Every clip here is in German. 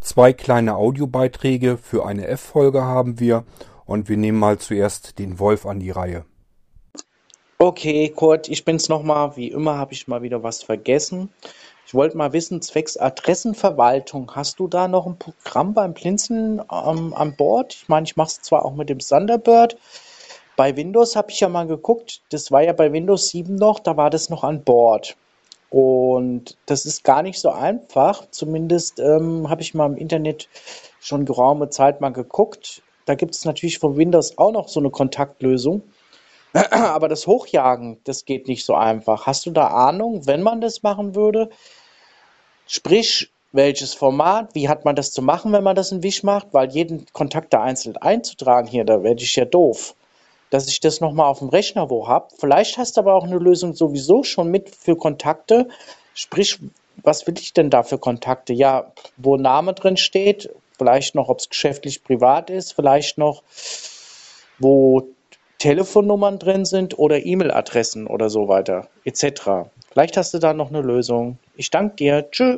2 kleine Audiobeiträge für eine F-Folge haben wir und wir nehmen mal zuerst den Wolf an die Reihe. Okay, Kurt, ich bin's nochmal. Wie immer habe ich mal wieder was vergessen. Ich wollte mal wissen, zwecks Adressenverwaltung, hast du da noch ein Programm beim Blinzeln an Bord? Ich meine, ich mache es zwar auch mit dem Thunderbird. Bei Windows habe ich ja mal geguckt, das war ja bei Windows 7 noch, da war das noch an Bord. Und das ist gar nicht so einfach. Zumindest habe ich mal im Internet schon geraume Zeit mal geguckt. Da gibt es natürlich von Windows auch noch so eine Kontaktlösung. Aber das Hochjagen, das geht nicht so einfach. Hast du da Ahnung, wenn man das machen würde? Sprich, welches Format? Wie hat man das zu machen, wenn man das in Wish macht? Weil jeden Kontakt da einzeln einzutragen hier, da werde ich ja doof. Dass ich das nochmal auf dem Rechner wo hab. Vielleicht hast du aber auch eine Lösung sowieso schon mit für Kontakte. Sprich, was will ich denn da für Kontakte? Ja, wo Name drin steht, vielleicht noch, ob es geschäftlich privat ist, vielleicht noch, wo Telefonnummern drin sind oder E-Mail-Adressen oder so weiter, etc. Vielleicht hast du da noch eine Lösung. Ich danke dir. Tschüss.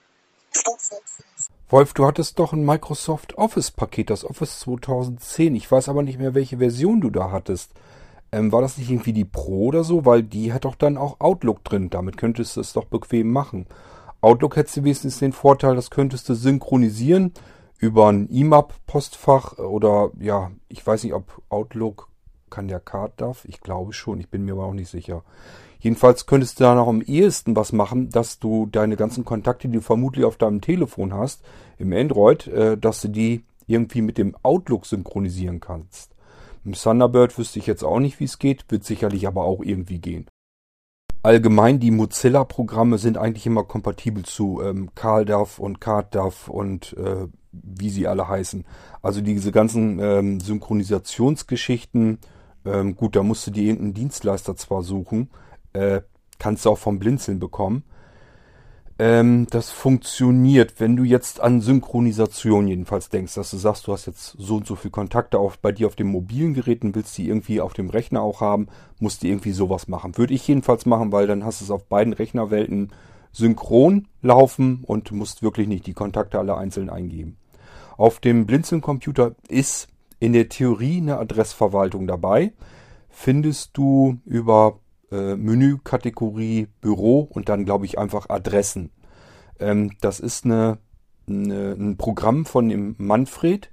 Wolf, du hattest doch ein Microsoft Office-Paket, das Office 2010. Ich weiß aber nicht mehr, welche Version du da hattest. War das nicht irgendwie die Pro oder so? Weil die hat doch dann auch Outlook drin. Damit könntest du es doch bequem machen. Outlook hättest du wenigstens den Vorteil, das könntest du synchronisieren über ein IMAP-Postfach oder ja, ich weiß nicht, ob Outlook kann der CardDAV. Ich glaube schon, ich bin mir aber auch nicht sicher. Jedenfalls könntest du da noch am ehesten was machen, dass du deine ganzen Kontakte, die du vermutlich auf deinem Telefon hast, im Android, dass du die irgendwie mit dem Outlook synchronisieren kannst. Im Thunderbird wüsste ich jetzt auch nicht, wie es geht, wird sicherlich aber auch irgendwie gehen. Allgemein, die Mozilla-Programme sind eigentlich immer kompatibel zu CalDAV und CardDAV und wie sie alle heißen. Also diese ganzen Synchronisationsgeschichten, gut, da musst du dir irgendeinen Dienstleister zwar suchen, kannst du auch vom Blinzeln bekommen. Das funktioniert, wenn du jetzt an Synchronisation jedenfalls denkst, dass du sagst, du hast jetzt so und so viele Kontakte auch bei dir auf dem mobilen Gerät und willst die irgendwie auf dem Rechner auch haben, musst du irgendwie sowas machen. Würde ich jedenfalls machen, weil dann hast du es auf beiden Rechnerwelten synchron laufen und musst wirklich nicht die Kontakte alle einzeln eingeben. Auf dem Blinzeln-Computer ist in der Theorie eine Adressverwaltung dabei. Findest du über Menükategorie Büro und dann glaube ich einfach Adressen. Das ist ein Programm von dem Manfred.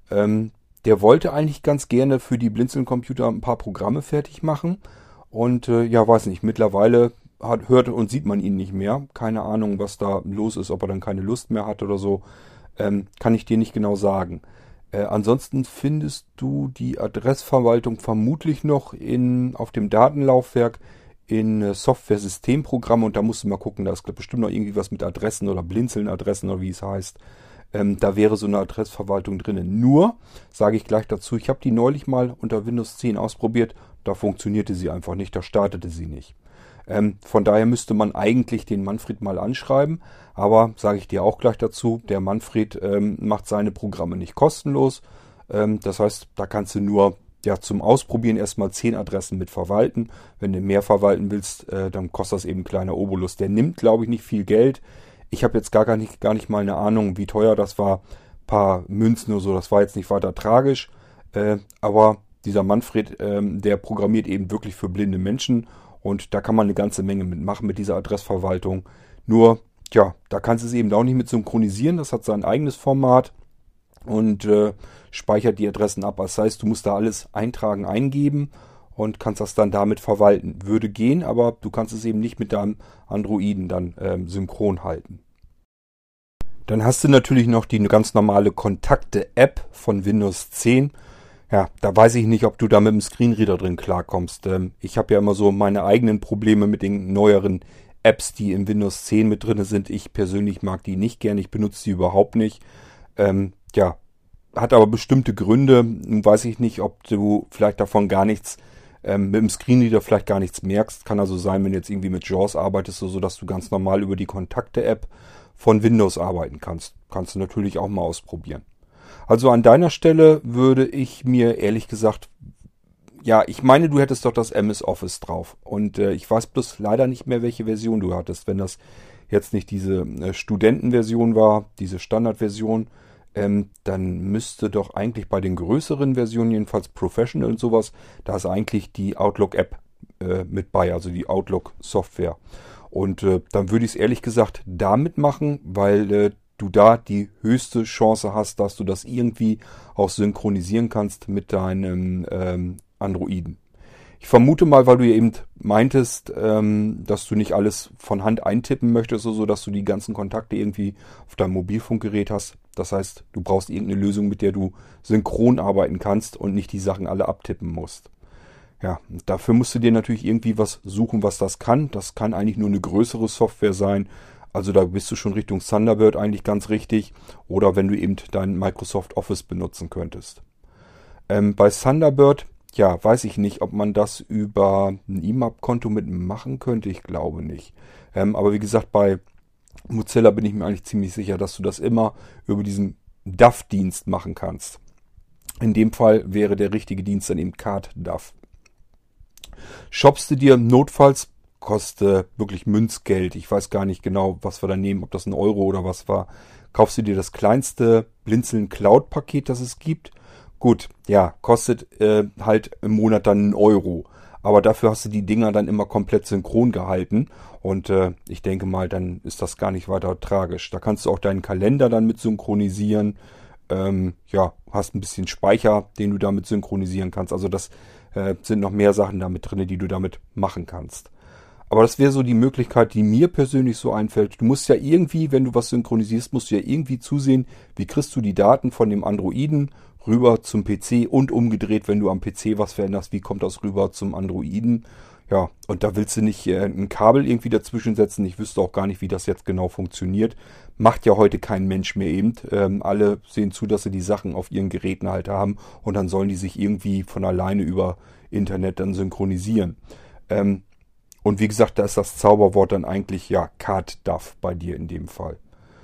Der wollte eigentlich ganz gerne für die Blinzeln-Computer ein paar Programme fertig machen. Und ja, weiß nicht, mittlerweile hört und sieht man ihn nicht mehr. Keine Ahnung, was da los ist, ob er dann keine Lust mehr hat oder so. Kann ich dir nicht genau sagen. Ansonsten findest du die Adressverwaltung vermutlich noch auf dem Datenlaufwerk in Software-Systemprogramme und da musst du mal gucken, da ist bestimmt noch irgendwie was mit Adressen oder Blinzeln-Adressen oder wie es heißt. Da wäre so eine Adressverwaltung drinnen. Nur, sage ich gleich dazu, ich habe die neulich mal unter Windows 10 ausprobiert, da funktionierte sie einfach nicht, da startete sie nicht. Von daher müsste man eigentlich den Manfred mal anschreiben, aber sage ich dir auch gleich dazu, der Manfred macht seine Programme nicht kostenlos. Das heißt, da kannst du nur zum Ausprobieren erstmal 10 Adressen mit verwalten. Wenn du mehr verwalten willst, dann kostet das eben ein kleiner Obolus. Der nimmt, glaube ich, nicht viel Geld. Ich habe jetzt gar nicht mal eine Ahnung, wie teuer das war. Ein paar Münzen oder so, das war jetzt nicht weiter tragisch. Aber dieser Manfred, der programmiert eben wirklich für blinde Menschen. Und da kann man eine ganze Menge mitmachen mit dieser Adressverwaltung. Nur, da kannst du es eben auch nicht mit synchronisieren. Das hat sein eigenes Format und speichert die Adressen ab. Das heißt, du musst da alles eintragen, eingeben und kannst das dann damit verwalten. Würde gehen, aber du kannst es eben nicht mit deinem Androiden dann synchron halten. Dann hast du natürlich noch die ganz normale Kontakte-App von Windows 10. Ja, da weiß ich nicht, ob du da mit dem Screenreader drin klarkommst. Ich habe ja immer so meine eigenen Probleme mit den neueren Apps, die in Windows 10 mit drin sind. Ich persönlich mag die nicht gern, ich benutze die überhaupt nicht. Hat aber bestimmte Gründe. Weiß ich nicht, ob du vielleicht davon gar nichts mit dem Screenreader vielleicht gar nichts merkst. Kann also sein, wenn du jetzt irgendwie mit JAWS arbeitest, so dass du ganz normal über die Kontakte-App von Windows arbeiten kannst. Kannst du natürlich auch mal ausprobieren. Also an deiner Stelle würde ich mir ehrlich gesagt, ich meine, du hättest doch das MS Office drauf. Und ich weiß bloß leider nicht mehr, welche Version du hattest. Wenn das jetzt nicht diese Studentenversion war, diese Standardversion, dann müsste doch eigentlich bei den größeren Versionen, jedenfalls Professional und sowas, da ist eigentlich die Outlook-App mit bei, also die Outlook-Software. Und dann würde ich es ehrlich gesagt damit machen, weil du da die höchste Chance hast, dass du das irgendwie auch synchronisieren kannst mit deinem Androiden. Ich vermute mal, weil du ja eben meintest, dass du nicht alles von Hand eintippen möchtest, so dass du die ganzen Kontakte irgendwie auf deinem Mobilfunkgerät hast. Das heißt, du brauchst irgendeine Lösung, mit der du synchron arbeiten kannst und nicht die Sachen alle abtippen musst. Ja, dafür musst du dir natürlich irgendwie was suchen, was das kann. Das kann eigentlich nur eine größere Software sein. Also da bist du schon Richtung Thunderbird eigentlich ganz richtig. Oder wenn du eben dein Microsoft Office benutzen könntest. Bei Thunderbird, ja, weiß ich nicht, ob man das über ein IMAP-Konto mitmachen könnte. Ich glaube nicht. Aber wie gesagt, bei Mozilla bin ich mir eigentlich ziemlich sicher, dass du das immer über diesen DAF-Dienst machen kannst. In dem Fall wäre der richtige Dienst dann eben CardDAV. Shoppst du dir notfalls, kostet wirklich Münzgeld. Ich weiß gar nicht genau, was wir da nehmen, ob das ein Euro oder was war. Kaufst du dir das kleinste Blinzeln Cloud-Paket, das es gibt. Gut, ja, kostet halt im Monat dann einen Euro. Aber dafür hast du die Dinger dann immer komplett synchron gehalten. Und ich denke mal, dann ist das gar nicht weiter tragisch. Da kannst du auch deinen Kalender dann mit synchronisieren. Ja, hast ein bisschen Speicher, den du damit synchronisieren kannst. Also das sind noch mehr Sachen damit drin, die du damit machen kannst. Aber das wäre so die Möglichkeit, die mir persönlich so einfällt. Du musst ja irgendwie, wenn du was synchronisierst, musst du ja irgendwie zusehen, wie kriegst du die Daten von dem Androiden rüber zum PC und umgedreht, wenn du am PC was veränderst, wie kommt das rüber zum Androiden? Ja, und da willst du nicht ein Kabel irgendwie dazwischen setzen. Ich wüsste auch gar nicht, wie das jetzt genau funktioniert. Macht ja heute kein Mensch mehr eben. Alle sehen zu, dass sie die Sachen auf ihren Geräten halt haben und dann sollen die sich irgendwie von alleine über Internet dann synchronisieren. Und wie gesagt, da ist das Zauberwort dann eigentlich ja CardDAV bei dir in dem Fall.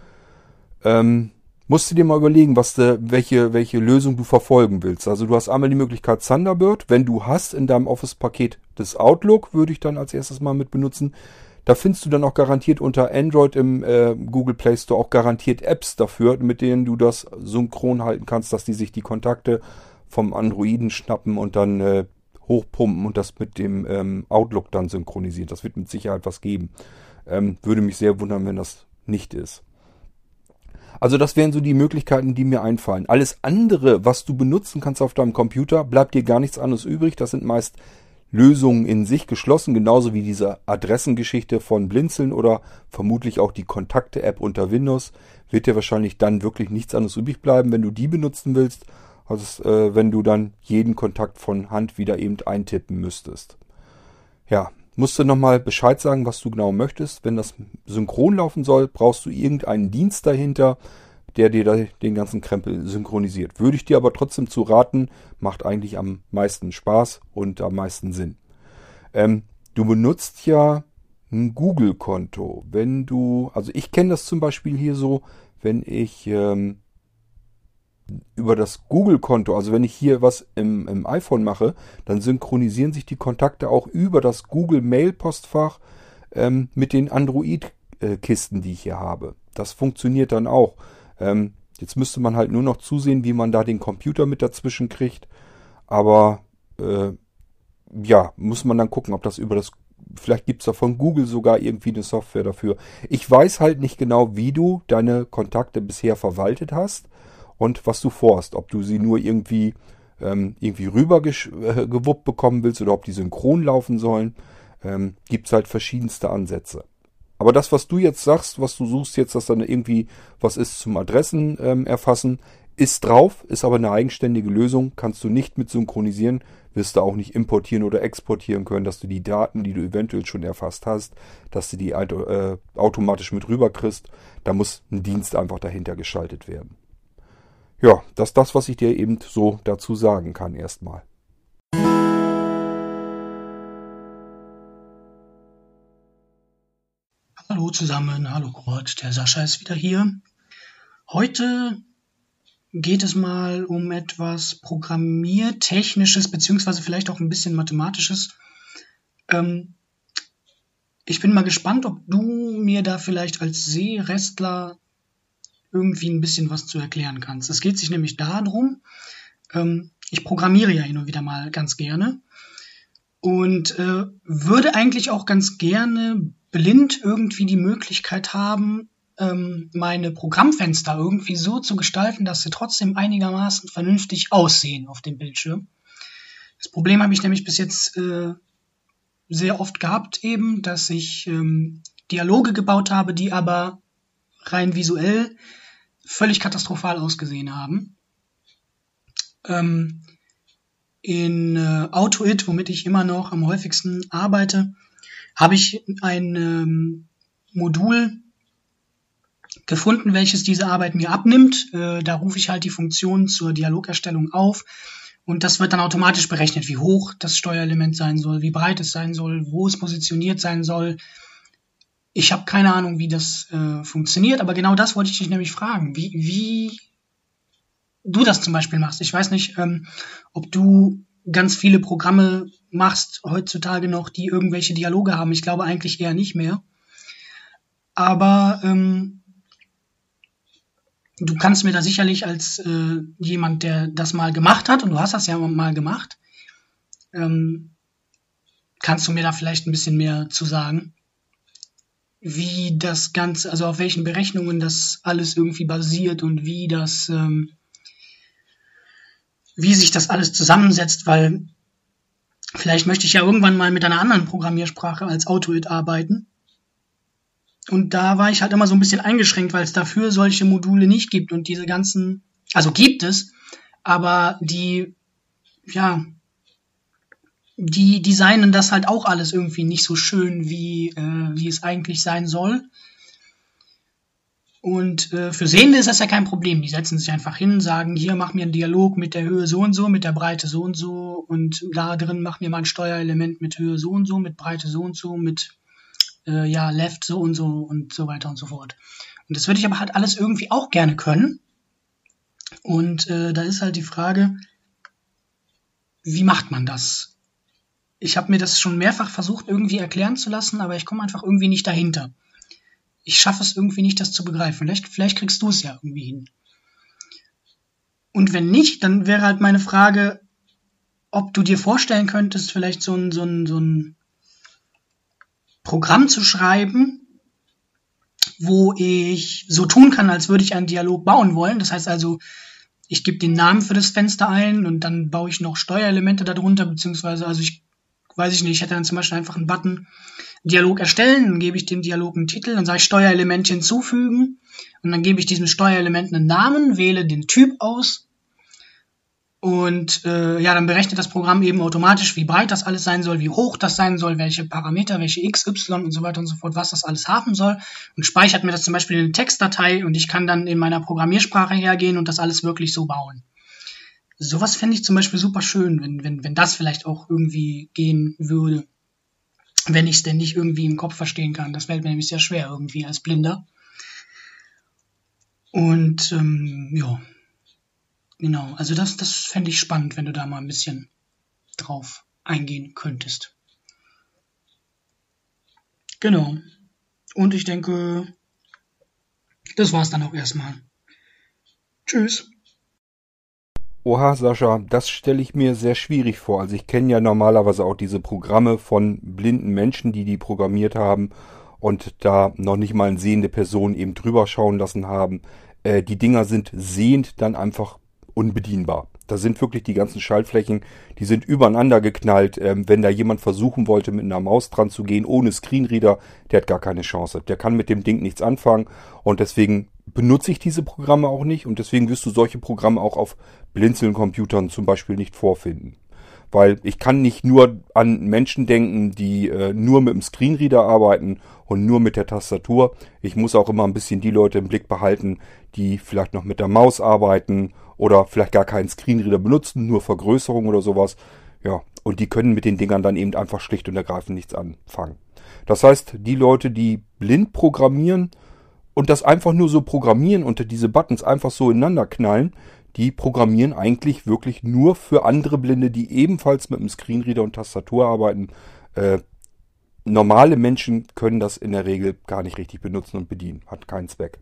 Musst du dir mal überlegen, welche Lösung du verfolgen willst. Also du hast einmal die Möglichkeit Thunderbird. Wenn du hast in deinem Office-Paket das Outlook, würde ich dann als erstes mal mit benutzen. Da findest du dann auch garantiert unter Android im Google Play Store auch garantiert Apps dafür, mit denen du das synchron halten kannst, dass die sich die Kontakte vom Androiden schnappen und dann hochpumpen und das mit dem Outlook dann synchronisieren. Das wird mit Sicherheit was geben. Würde mich sehr wundern, wenn das nicht ist. Also das wären so die Möglichkeiten, die mir einfallen. Alles andere, was du benutzen kannst auf deinem Computer, bleibt dir gar nichts anderes übrig. Das sind meist Lösungen in sich geschlossen, genauso wie diese Adressengeschichte von Blinzeln oder vermutlich auch die Kontakte-App unter Windows. Wird dir wahrscheinlich dann wirklich nichts anderes übrig bleiben, wenn du die benutzen willst, als wenn du dann jeden Kontakt von Hand wieder eben eintippen müsstest. Ja, musst du nochmal Bescheid sagen, was du genau möchtest. Wenn das synchron laufen soll, brauchst du irgendeinen Dienst dahinter, der dir da den ganzen Krempel synchronisiert. Würde ich dir aber trotzdem zu raten, macht eigentlich am meisten Spaß und am meisten Sinn. Du benutzt ja ein Google-Konto. Also ich kenne das zum Beispiel hier so, wenn ich über das Google-Konto, also wenn ich hier was im iPhone mache, dann synchronisieren sich die Kontakte auch über das Google-Mail-Postfach mit den Android-Kisten, die ich hier habe. Das funktioniert dann auch. Jetzt müsste man halt nur noch zusehen, wie man da den Computer mit dazwischen kriegt. Aber ja, muss man dann gucken, ob das über das... Vielleicht gibt es da von Google sogar irgendwie eine Software dafür. Ich weiß halt nicht genau, wie du deine Kontakte bisher verwaltet hast und was du vorhast. Ob du sie nur irgendwie rüber gewuppt bekommen willst oder ob die synchron laufen sollen. Gibt es halt verschiedenste Ansätze. Aber das, was du jetzt sagst, was du suchst jetzt, dass dann irgendwie was ist zum Adressen erfassen, ist drauf, ist aber eine eigenständige Lösung, kannst du nicht mit synchronisieren, wirst du auch nicht importieren oder exportieren können, dass du die Daten, die du eventuell schon erfasst hast, dass du die automatisch mit rüber kriegst. Da muss ein Dienst einfach dahinter geschaltet werden. Ja, das ist das, was ich dir eben so dazu sagen kann erstmal. Hallo zusammen, hallo Kurt, der Sascha ist wieder hier. Heute geht es mal um etwas Programmiertechnisches, beziehungsweise vielleicht auch ein bisschen Mathematisches. ich bin mal gespannt, ob du mir da vielleicht als Seerestler irgendwie ein bisschen was zu erklären kannst. Es geht sich nämlich darum, ich programmiere ja hin und wieder mal ganz gerne und würde eigentlich auch ganz gerne blind irgendwie die Möglichkeit haben, meine Programmfenster irgendwie so zu gestalten, dass sie trotzdem einigermaßen vernünftig aussehen auf dem Bildschirm. Das Problem habe ich nämlich bis jetzt sehr oft gehabt eben, dass ich Dialoge gebaut habe, die aber rein visuell völlig katastrophal ausgesehen haben. In AutoIt, womit ich immer noch am häufigsten arbeite, habe ich ein Modul gefunden, welches diese Arbeit mir abnimmt. Da rufe ich halt die Funktion zur Dialogerstellung auf und das wird dann automatisch berechnet, wie hoch das Steuerelement sein soll, wie breit es sein soll, wo es positioniert sein soll. Ich habe keine Ahnung, wie das funktioniert, aber genau das wollte ich dich nämlich fragen, wie du das zum Beispiel machst. Ich weiß nicht, ob du ganz viele Programme machst heutzutage noch, die irgendwelche Dialoge haben. Ich glaube eigentlich eher nicht mehr. Aber du kannst mir da sicherlich als jemand, der das mal gemacht hat, und du hast das ja mal gemacht, kannst du mir da vielleicht ein bisschen mehr zu sagen, wie das Ganze, also auf welchen Berechnungen das alles irgendwie basiert und wie sich das alles zusammensetzt, weil vielleicht möchte ich ja irgendwann mal mit einer anderen Programmiersprache als AutoIt arbeiten. Und da war ich halt immer so ein bisschen eingeschränkt, weil es dafür solche Module nicht gibt und diese ganzen, also gibt es, aber die designen das halt auch alles irgendwie nicht so schön, wie es eigentlich sein soll. Und für Sehende ist das ja kein Problem. Die setzen sich einfach hin, sagen, hier mach mir einen Dialog mit der Höhe so und so, mit der Breite so und so und da drin mach mir mal ein Steuerelement mit Höhe so und so, mit Breite so und so, mit Left so und so weiter und so fort. Und das würde ich aber halt alles irgendwie auch gerne können. Und da ist halt die Frage, wie macht man das? Ich habe mir das schon mehrfach versucht, irgendwie erklären zu lassen, aber ich komme einfach irgendwie nicht dahinter. Ich schaffe es irgendwie nicht, das zu begreifen. Vielleicht kriegst du es ja irgendwie hin. Und wenn nicht, dann wäre halt meine Frage, ob du dir vorstellen könntest, vielleicht so ein Programm zu schreiben, wo ich so tun kann, als würde ich einen Dialog bauen wollen. Das heißt also, ich gebe den Namen für das Fenster ein und dann baue ich noch Steuerelemente darunter, beziehungsweise, ich hätte dann zum Beispiel einfach einen Button Dialog erstellen, dann gebe ich dem Dialog einen Titel, dann sage ich Steuerelement hinzufügen und dann gebe ich diesem Steuerelement einen Namen, wähle den Typ aus und dann berechnet das Programm eben automatisch, wie breit das alles sein soll, wie hoch das sein soll, welche Parameter, welche X, Y und so weiter und so fort, was das alles haben soll und speichert mir das zum Beispiel in eine Textdatei und ich kann dann in meiner Programmiersprache hergehen und das alles wirklich so bauen. Sowas fände ich zum Beispiel super schön, wenn das vielleicht auch irgendwie gehen würde, wenn ich es denn nicht irgendwie im Kopf verstehen kann. Das fällt mir nämlich sehr schwer irgendwie als Blinder. Und genau, also das fände ich spannend, wenn du da mal ein bisschen drauf eingehen könntest. Genau. Und ich denke, das war's dann auch erstmal. Tschüss. Oha, Sascha, das stelle ich mir sehr schwierig vor. Also ich kenne ja normalerweise auch diese Programme von blinden Menschen, die programmiert haben und da noch nicht mal eine sehende Person eben drüber schauen lassen haben. Die Dinger sind sehend dann einfach unbedienbar. Da sind wirklich die ganzen Schaltflächen, die sind übereinander geknallt. Wenn da jemand versuchen wollte, mit einer Maus dran zu gehen, ohne Screenreader, der hat gar keine Chance. Der kann mit dem Ding nichts anfangen und deswegen benutze ich diese Programme auch nicht und deswegen wirst du solche Programme auch auf Blinzeln-Computern zum Beispiel nicht vorfinden. Weil ich kann nicht nur an Menschen denken, die nur mit dem Screenreader arbeiten und nur mit der Tastatur. Ich muss auch immer ein bisschen die Leute im Blick behalten, die vielleicht noch mit der Maus arbeiten oder vielleicht gar keinen Screenreader benutzen, nur Vergrößerung oder sowas. Ja, und die können mit den Dingern dann eben einfach schlicht und ergreifend nichts anfangen. Das heißt, die Leute, die blind programmieren und das einfach nur so programmieren und diese Buttons einfach so ineinander knallen, die programmieren eigentlich wirklich nur für andere Blinde, die ebenfalls mit dem Screenreader und Tastatur arbeiten. normale Menschen können das in der Regel gar nicht richtig benutzen und bedienen. Hat keinen Zweck.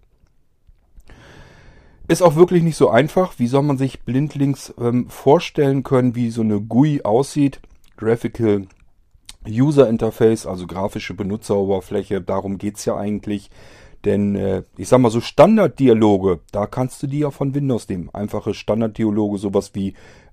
Ist auch wirklich nicht so einfach. Wie soll man sich blindlings vorstellen können, wie so eine GUI aussieht? Graphical User Interface, also grafische Benutzeroberfläche. Darum geht's ja eigentlich. Denn ich sag mal so Standarddialoge, da kannst du die ja von Windows nehmen. Einfache Standarddialoge, sowas wie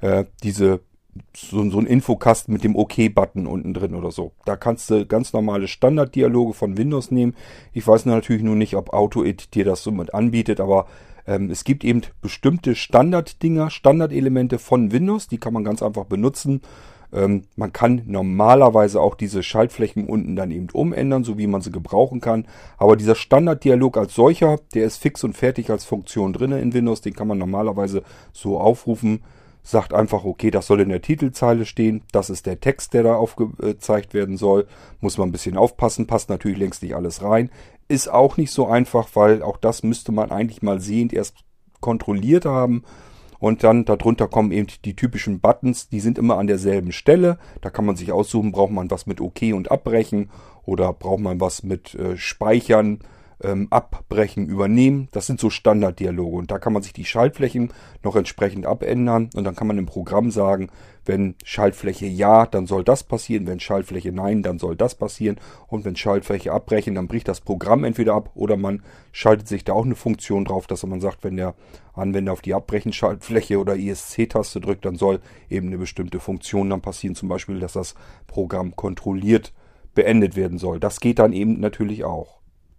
so ein Infokasten mit dem OK-Button unten drin oder so. Da kannst du ganz normale Standarddialoge von Windows nehmen. Ich weiß natürlich nur nicht, ob AutoIt dir das so mit anbietet, aber es gibt eben bestimmte Standarddinger, Standardelemente von Windows, die kann man ganz einfach benutzen. Man kann normalerweise auch diese Schaltflächen unten dann eben umändern, so wie man sie gebrauchen kann. Aber dieser Standarddialog als solcher, der ist fix und fertig als Funktion drin in Windows. Den kann man normalerweise so aufrufen. Sagt einfach, okay, das soll in der Titelzeile stehen. Das ist der Text, der da aufgezeigt werden soll. Muss man ein bisschen aufpassen. Passt natürlich längst nicht alles rein. Ist auch nicht so einfach, weil auch das müsste man eigentlich mal sehend erst kontrolliert haben. Und dann darunter kommen eben die typischen Buttons, die sind immer an derselben Stelle. Da kann man sich aussuchen, braucht man was mit OK und Abbrechen oder braucht man was mit Speichern, Abbrechen, Übernehmen. Das sind so Standarddialoge und da kann man sich die Schaltflächen noch entsprechend abändern und dann kann man im Programm sagen, wenn Schaltfläche Ja, dann soll das passieren, wenn Schaltfläche Nein, dann soll das passieren und wenn Schaltfläche abbrechen, dann bricht das Programm entweder ab oder man schaltet sich da auch eine Funktion drauf, dass man sagt, wenn der Anwender auf die Abbrechen-Schaltfläche oder ESC-Taste drückt, dann soll eben eine bestimmte Funktion dann passieren, zum Beispiel, dass das Programm kontrolliert beendet werden soll. Das geht dann eben natürlich auch.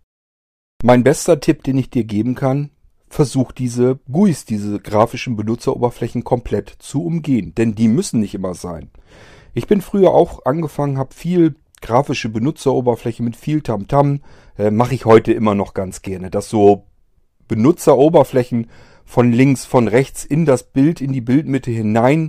Mein bester Tipp, den ich dir geben kann, versuch diese GUIs, diese grafischen Benutzeroberflächen komplett zu umgehen, denn die müssen nicht immer sein. Ich bin früher auch angefangen, habe viel grafische Benutzeroberfläche mit viel Tamtam, mache ich heute immer noch ganz gerne, dass so Benutzeroberflächen von links, von rechts in das Bild, in die Bildmitte hinein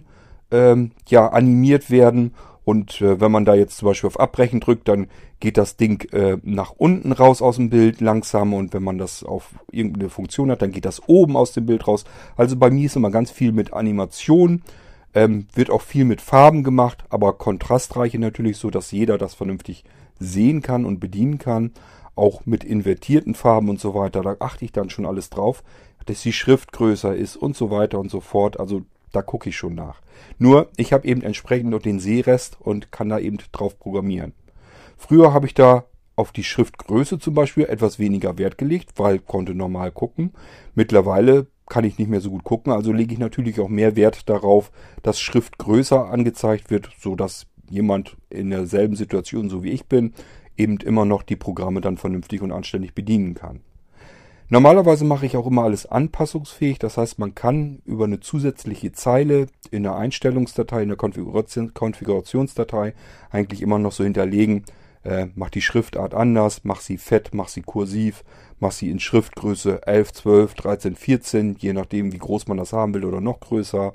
animiert werden. Und wenn man da jetzt zum Beispiel auf Abbrechen drückt, dann geht das Ding nach unten raus aus dem Bild langsam. Und wenn man das auf irgendeine Funktion hat, dann geht das oben aus dem Bild raus. Also bei mir ist immer ganz viel mit Animation. Wird auch viel mit Farben gemacht, aber kontrastreiche natürlich so, dass jeder das vernünftig sehen kann und bedienen kann. Auch mit invertierten Farben und so weiter. Da achte ich dann schon alles drauf, dass die Schrift größer ist und so weiter und so fort. Also da gucke ich schon nach. Nur, ich habe eben entsprechend noch den Sehrest und kann da eben drauf programmieren. Früher habe ich da auf die Schriftgröße zum Beispiel etwas weniger Wert gelegt, weil konnte normal gucken. Mittlerweile kann ich nicht mehr so gut gucken, also lege ich natürlich auch mehr Wert darauf, dass Schrift größer angezeigt wird, so dass jemand in derselben Situation, so wie ich bin, eben immer noch die Programme dann vernünftig und anständig bedienen kann. Normalerweise mache ich auch immer alles anpassungsfähig, das heißt, man kann über eine zusätzliche Zeile in der Einstellungsdatei, in der Konfigurationsdatei eigentlich immer noch so hinterlegen, mach die Schriftart anders, mach sie fett, mach sie kursiv, mach sie in Schriftgröße 11, 12, 13, 14, je nachdem wie groß man das haben will oder noch größer.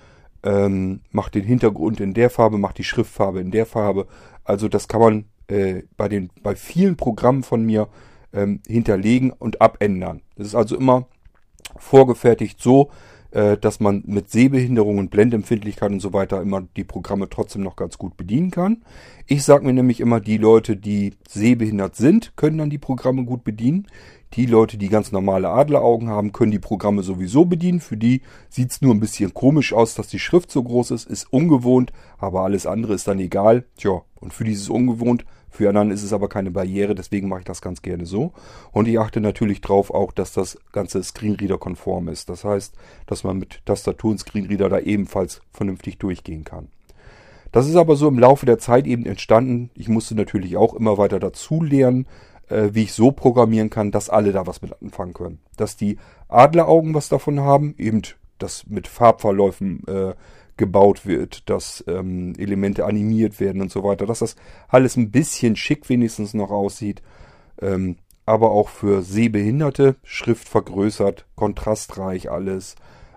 Mach den Hintergrund in der Farbe, mach die Schriftfarbe in der Farbe. Also das kann man bei vielen Programmen von mir hinterlegen und abändern. Das ist also immer vorgefertigt so, dass man mit Sehbehinderung und Blendempfindlichkeit und so weiter immer die Programme trotzdem noch ganz gut bedienen kann. Ich sage mir nämlich immer, die Leute, die sehbehindert sind, können dann die Programme gut bedienen. Die Leute, die ganz normale Adleraugen haben, können die Programme sowieso bedienen. Für die sieht es nur ein bisschen komisch aus, dass die Schrift so groß ist ungewohnt, aber alles andere ist dann egal. Tja, und für dieses ungewohnt, für anderen ist es aber keine Barriere, deswegen mache ich das ganz gerne so. Und ich achte natürlich drauf auch, dass das Ganze Screenreader-konform ist. Das heißt, dass man mit Tastatur und Screenreader da ebenfalls vernünftig durchgehen kann. Das ist aber so im Laufe der Zeit eben entstanden. Ich musste natürlich auch immer weiter dazu lernen, wie ich so programmieren kann, dass alle da was mit anfangen können. Dass die Adleraugen was davon haben, eben das mit Farbverläufen gebaut wird, dass Elemente animiert werden und so weiter, dass das alles ein bisschen schick wenigstens noch aussieht, aber auch für Sehbehinderte, Schrift vergrößert, kontrastreich alles,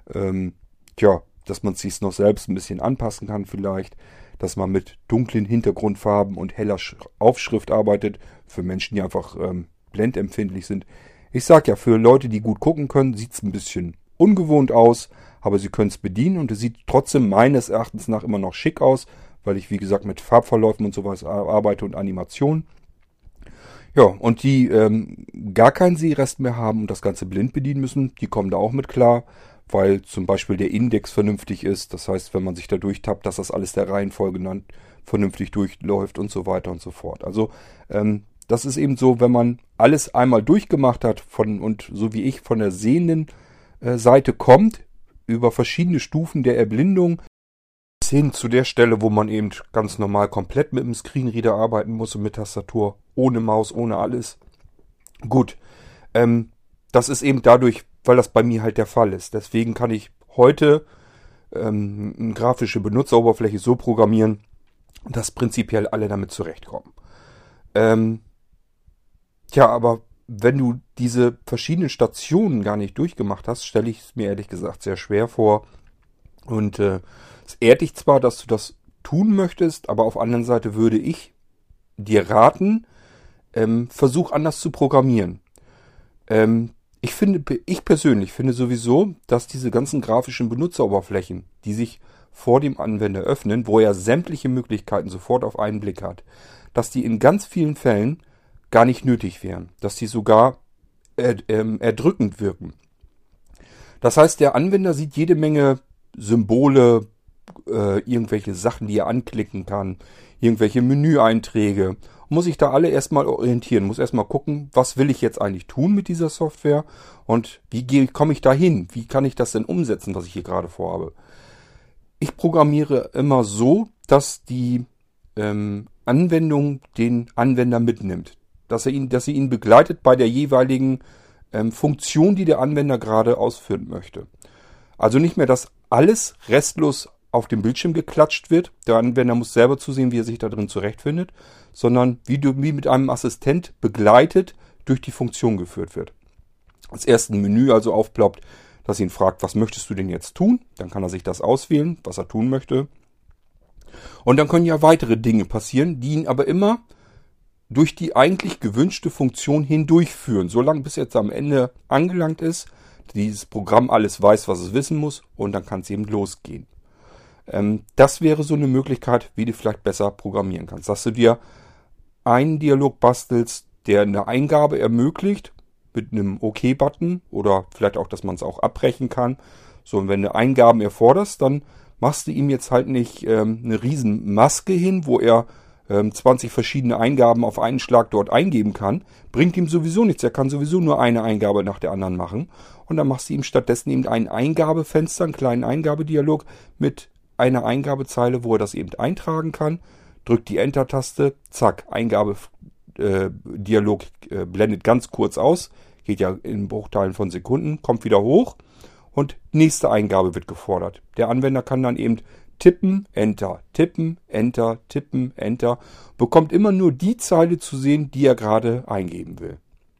dass man es sich noch selbst ein bisschen anpassen kann vielleicht, dass man mit dunklen Hintergrundfarben und heller Aufschrift arbeitet, für Menschen, die einfach blendempfindlich sind. Ich sag ja, für Leute, die gut gucken können, sieht es ein bisschen ungewohnt aus, aber sie können es bedienen und es sieht trotzdem meines Erachtens nach immer noch schick aus, weil ich, wie gesagt, mit Farbverläufen und sowas arbeite und Animationen. Ja, und die gar keinen Sehrest mehr haben und das Ganze blind bedienen müssen, die kommen da auch mit klar, weil zum Beispiel der Index vernünftig ist. Das heißt, wenn man sich da durchtappt, dass das alles der Reihenfolge vernünftig durchläuft und so weiter und so fort. Also das ist eben so, wenn man alles einmal durchgemacht hat und so wie ich von der sehenden Seite kommt, über verschiedene Stufen der Erblindung, bis hin zu der Stelle, wo man eben ganz normal komplett mit dem Screenreader arbeiten muss und mit Tastatur, ohne Maus, ohne alles. Gut, das ist eben dadurch, weil das bei mir halt der Fall ist. Deswegen kann ich heute eine grafische Benutzeroberfläche so programmieren, dass prinzipiell alle damit zurechtkommen. Aber wenn du diese verschiedenen Stationen gar nicht durchgemacht hast, stelle ich es mir ehrlich gesagt sehr schwer vor. Und es ehrt dich zwar, dass du das tun möchtest, aber auf der anderen Seite würde ich dir raten, versuch anders zu programmieren. Ich persönlich finde sowieso, dass diese ganzen grafischen Benutzeroberflächen, die sich vor dem Anwender öffnen, wo er sämtliche Möglichkeiten sofort auf einen Blick hat, dass die in ganz vielen Fällen gar nicht nötig wären, dass die sogar erdrückend wirken. Das heißt, der Anwender sieht jede Menge Symbole, irgendwelche Sachen, die er anklicken kann, irgendwelche Menüeinträge, muss sich da alle erstmal orientieren, muss erstmal gucken, was will ich jetzt eigentlich tun mit dieser Software und wie komme ich da hin, wie kann ich das denn umsetzen, was ich hier gerade vorhabe. Ich programmiere immer so, dass die Anwendung den Anwender mitnimmt, dass sie ihn begleitet bei der jeweiligen Funktion, die der Anwender gerade ausführen möchte. Also nicht mehr, dass alles restlos auf dem Bildschirm geklatscht wird. Der Anwender muss selber zusehen, wie er sich da drin zurechtfindet, sondern wie mit einem Assistent begleitet durch die Funktion geführt wird. Als ersten Menü also aufploppt, dass ihn fragt, was möchtest du denn jetzt tun? Dann kann er sich das auswählen, was er tun möchte. Und dann können ja weitere Dinge passieren, die ihn aber immer durch die eigentlich gewünschte Funktion hindurchführen, solange bis jetzt am Ende angelangt ist, dieses Programm alles weiß, was es wissen muss und dann kann es eben losgehen. Das wäre so eine Möglichkeit, wie du vielleicht besser programmieren kannst. Dass du dir einen Dialog bastelst, der eine Eingabe ermöglicht, mit einem OK-Button oder vielleicht auch, dass man es auch abbrechen kann. So, und wenn du Eingaben erforderst, dann machst du ihm jetzt halt nicht eine riesen Maske hin, wo er 20 verschiedene Eingaben auf einen Schlag dort eingeben kann. Bringt ihm sowieso nichts. Er kann sowieso nur eine Eingabe nach der anderen machen. Und dann machst du ihm stattdessen eben ein Eingabefenster, einen kleinen Eingabedialog mit einer Eingabezeile, wo er das eben eintragen kann. Drückt die Enter-Taste, zack, Eingabedialog blendet ganz kurz aus. Geht ja in Bruchteilen von Sekunden, kommt wieder hoch und nächste Eingabe wird gefordert. Der Anwender kann dann eben tippen, Enter, tippen, Enter, tippen, Enter. Bekommt immer nur die Zeile zu sehen, die er gerade eingeben will.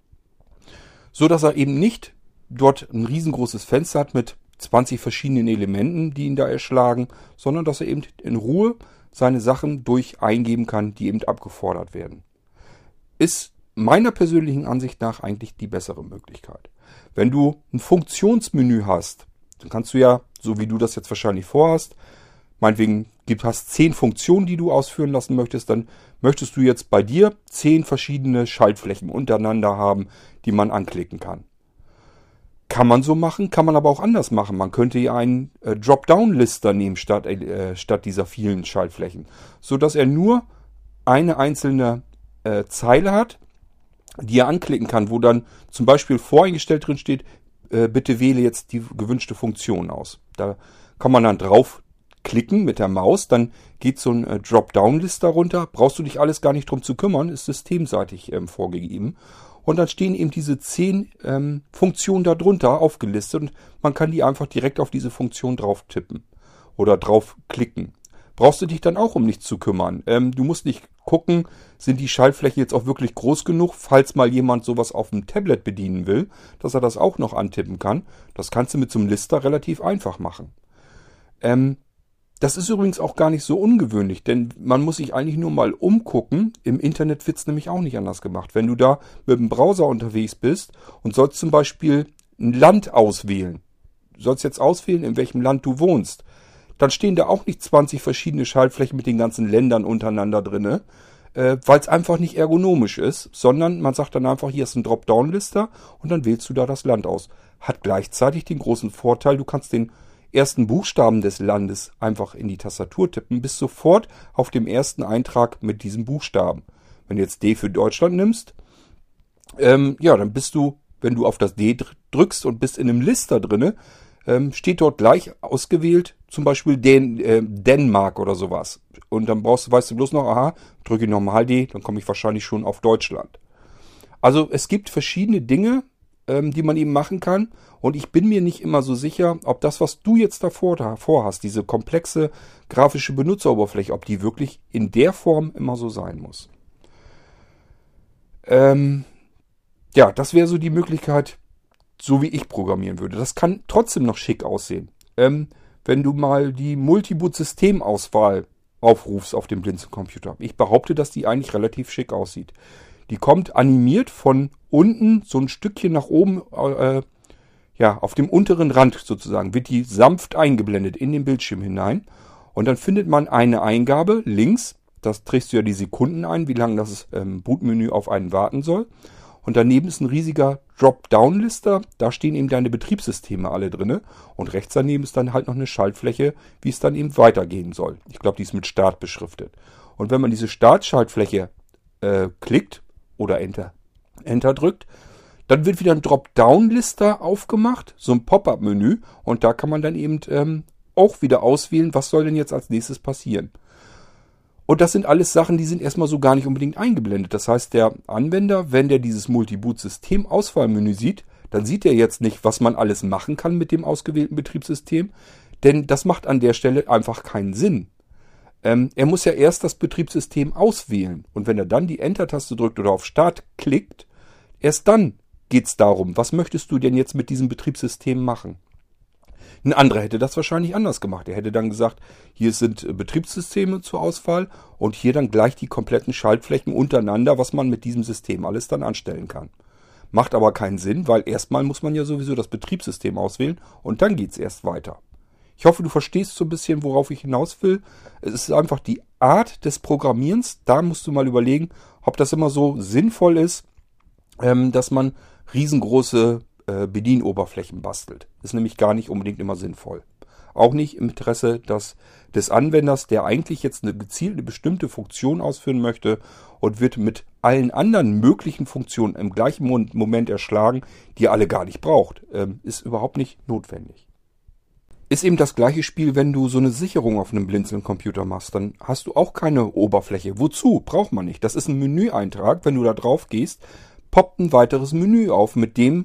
So dass er eben nicht dort ein riesengroßes Fenster hat mit 20 verschiedenen Elementen, die ihn da erschlagen, sondern dass er eben in Ruhe seine Sachen durch eingeben kann, die eben abgefordert werden. Ist meiner persönlichen Ansicht nach eigentlich die bessere Möglichkeit. Wenn du ein Funktionsmenü hast, dann kannst du ja, so wie du das jetzt wahrscheinlich vorhast, meinetwegen hast 10 Funktionen, die du ausführen lassen möchtest, dann möchtest du jetzt bei dir 10 verschiedene Schaltflächen untereinander haben, die man anklicken kann. Kann man so machen, kann man aber auch anders machen. Man könnte ja einen Dropdown-Lister nehmen statt dieser vielen Schaltflächen, sodass er nur eine einzelne Zeile hat, die er anklicken kann, wo dann zum Beispiel voreingestellt drin steht, bitte wähle jetzt die gewünschte Funktion aus. Da kann man dann draufklicken mit der Maus, dann geht so ein Dropdown-Lister runter. Brauchst du dich alles gar nicht drum zu kümmern, ist systemseitig vorgegeben. Und dann stehen eben diese 10 Funktionen darunter aufgelistet und man kann die einfach direkt auf diese Funktion drauf tippen oder drauf klicken. Brauchst du dich dann auch um nichts zu kümmern. Du musst nicht gucken, sind die Schaltflächen jetzt auch wirklich groß genug, falls mal jemand sowas auf dem Tablet bedienen will, dass er das auch noch antippen kann. Das kannst du mit so einem Lister relativ einfach machen. Das ist übrigens auch gar nicht so ungewöhnlich, denn man muss sich eigentlich nur mal umgucken. Im Internet wird es nämlich auch nicht anders gemacht. Wenn du da mit dem Browser unterwegs bist und sollst zum Beispiel ein Land auswählen, du sollst jetzt auswählen, in welchem Land du wohnst, dann stehen da auch nicht 20 verschiedene Schaltflächen mit den ganzen Ländern untereinander drinne, weil es einfach nicht ergonomisch ist, sondern man sagt dann einfach, hier ist ein Dropdown-Lister und dann wählst du da das Land aus. Hat gleichzeitig den großen Vorteil, du kannst den ersten Buchstaben des Landes einfach in die Tastatur tippen, bist sofort auf dem ersten Eintrag mit diesem Buchstaben. Wenn du jetzt D für Deutschland nimmst, dann bist du, wenn du auf das D drückst und bist in einem Lister drinne, steht dort gleich ausgewählt, zum Beispiel Dänemark oder sowas. Und dann weißt du bloß noch, aha, drücke ich nochmal D, dann komme ich wahrscheinlich schon auf Deutschland. Also es gibt verschiedene Dinge, die man eben machen kann. Und ich bin mir nicht immer so sicher, ob das, was du jetzt davor hast, diese komplexe grafische Benutzeroberfläche, ob die wirklich in der Form immer so sein muss. Das wäre so die Möglichkeit, so wie ich programmieren würde. Das kann trotzdem noch schick aussehen. Wenn du mal die Multiboot-Systemauswahl aufrufst auf dem Blinzeln-Computer. Ich behaupte, dass die eigentlich relativ schick aussieht. Die kommt animiert von unten so ein Stückchen nach oben, auf dem unteren Rand sozusagen, wird die sanft eingeblendet in den Bildschirm hinein. Und dann findet man eine Eingabe links, das trägst du ja die Sekunden ein, wie lange das Bootmenü auf einen warten soll. Und daneben ist ein riesiger Dropdown-Lister, da stehen eben deine Betriebssysteme alle drinne. Und rechts daneben ist dann halt noch eine Schaltfläche, wie es dann eben weitergehen soll. Ich glaube, die ist mit Start beschriftet. Und wenn man diese Startschaltfläche klickt oder Enter drückt, dann wird wieder ein Dropdown-Lister aufgemacht, so ein Pop-up-Menü. Und da kann man dann eben auch wieder auswählen, was soll denn jetzt als nächstes passieren. Und das sind alles Sachen, die sind erstmal so gar nicht unbedingt eingeblendet. Das heißt, der Anwender, wenn der dieses Multiboot-System-Auswahlmenü sieht, dann sieht er jetzt nicht, was man alles machen kann mit dem ausgewählten Betriebssystem. Denn das macht an der Stelle einfach keinen Sinn. Er muss ja erst das Betriebssystem auswählen. Und wenn er dann die Enter-Taste drückt oder auf Start klickt, erst dann geht es darum, was möchtest du denn jetzt mit diesem Betriebssystem machen? Ein anderer hätte das wahrscheinlich anders gemacht. Er hätte dann gesagt, hier sind Betriebssysteme zur Auswahl und hier dann gleich die kompletten Schaltflächen untereinander, was man mit diesem System alles dann anstellen kann. Macht aber keinen Sinn, weil erstmal muss man ja sowieso das Betriebssystem auswählen und dann geht's erst weiter. Ich hoffe, du verstehst so ein bisschen, worauf ich hinaus will. Es ist einfach die Art des Programmierens. Da musst du mal überlegen, ob das immer so sinnvoll ist, dass man riesengroße Bedienoberflächen bastelt. Ist nämlich gar nicht unbedingt immer sinnvoll. Auch nicht im Interesse des Anwenders, der eigentlich jetzt eine gezielte bestimmte Funktion ausführen möchte und wird mit allen anderen möglichen Funktionen im gleichen Moment erschlagen, die er alle gar nicht braucht. Ist überhaupt nicht notwendig. Ist eben das gleiche Spiel, wenn du so eine Sicherung auf einem Blinzeln-Computer machst. Dann hast du auch keine Oberfläche. Wozu? Braucht man nicht. Das ist ein Menüeintrag. Wenn du da drauf gehst, poppt ein weiteres Menü auf mit dem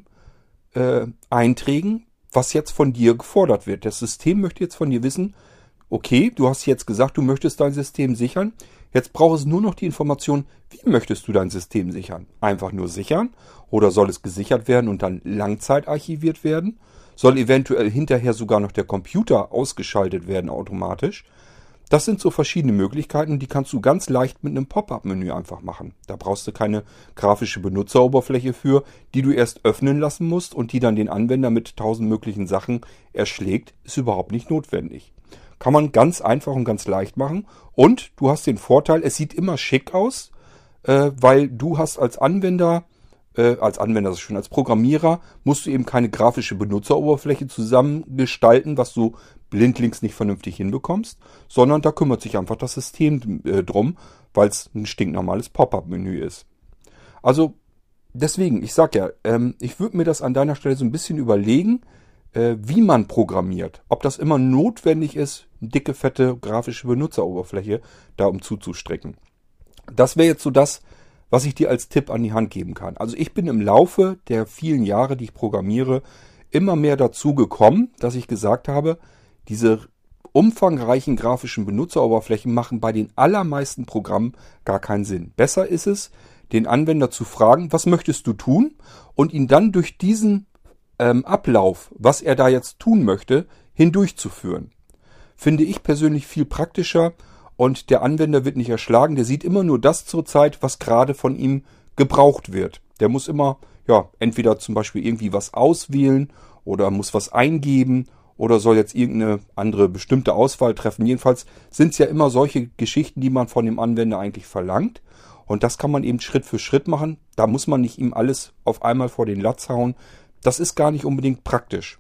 Einträgen, was jetzt von dir gefordert wird. Das System möchte jetzt von dir wissen, okay, du hast jetzt gesagt, du möchtest dein System sichern. Jetzt braucht es nur noch die Information, wie möchtest du dein System sichern? Einfach nur sichern? Oder soll es gesichert werden und dann langzeitarchiviert werden? Soll eventuell hinterher sogar noch der Computer ausgeschaltet werden automatisch? Das sind so verschiedene Möglichkeiten, die kannst du ganz leicht mit einem Pop-up-Menü einfach machen. Da brauchst du keine grafische Benutzeroberfläche für, die du erst öffnen lassen musst und die dann den Anwender mit 1000 möglichen Sachen erschlägt. Ist überhaupt nicht notwendig. Kann man ganz einfach und ganz leicht machen. Und du hast den Vorteil, es sieht immer schick aus, weil du hast als Anwender, als Programmierer, musst du eben keine grafische Benutzeroberfläche zusammengestalten, was du blindlings nicht vernünftig hinbekommst, sondern da kümmert sich einfach das System drum, weil es ein stinknormales Pop-up-Menü ist. Also deswegen, ich sag ja, ich würde mir das an deiner Stelle so ein bisschen überlegen, wie man programmiert. Ob das immer notwendig ist, eine dicke, fette grafische Benutzeroberfläche da um zuzustrecken. Das wäre jetzt so das, was ich dir als Tipp an die Hand geben kann. Also ich bin im Laufe der vielen Jahre, die ich programmiere, immer mehr dazu gekommen, dass ich gesagt habe, diese umfangreichen grafischen Benutzeroberflächen machen bei den allermeisten Programmen gar keinen Sinn. Besser ist es, den Anwender zu fragen, was möchtest du tun? Und ihn dann durch diesen Ablauf, was er da jetzt tun möchte, hindurchzuführen. Finde ich persönlich viel praktischer und der Anwender wird nicht erschlagen. Der sieht immer nur das zurzeit, was gerade von ihm gebraucht wird. Der muss immer, entweder zum Beispiel irgendwie was auswählen oder muss was eingeben oder soll jetzt irgendeine andere bestimmte Auswahl treffen. Jedenfalls sind es ja immer solche Geschichten, die man von dem Anwender eigentlich verlangt. Und das kann man eben Schritt für Schritt machen. Da muss man nicht ihm alles auf einmal vor den Latz hauen. Das ist gar nicht unbedingt praktisch.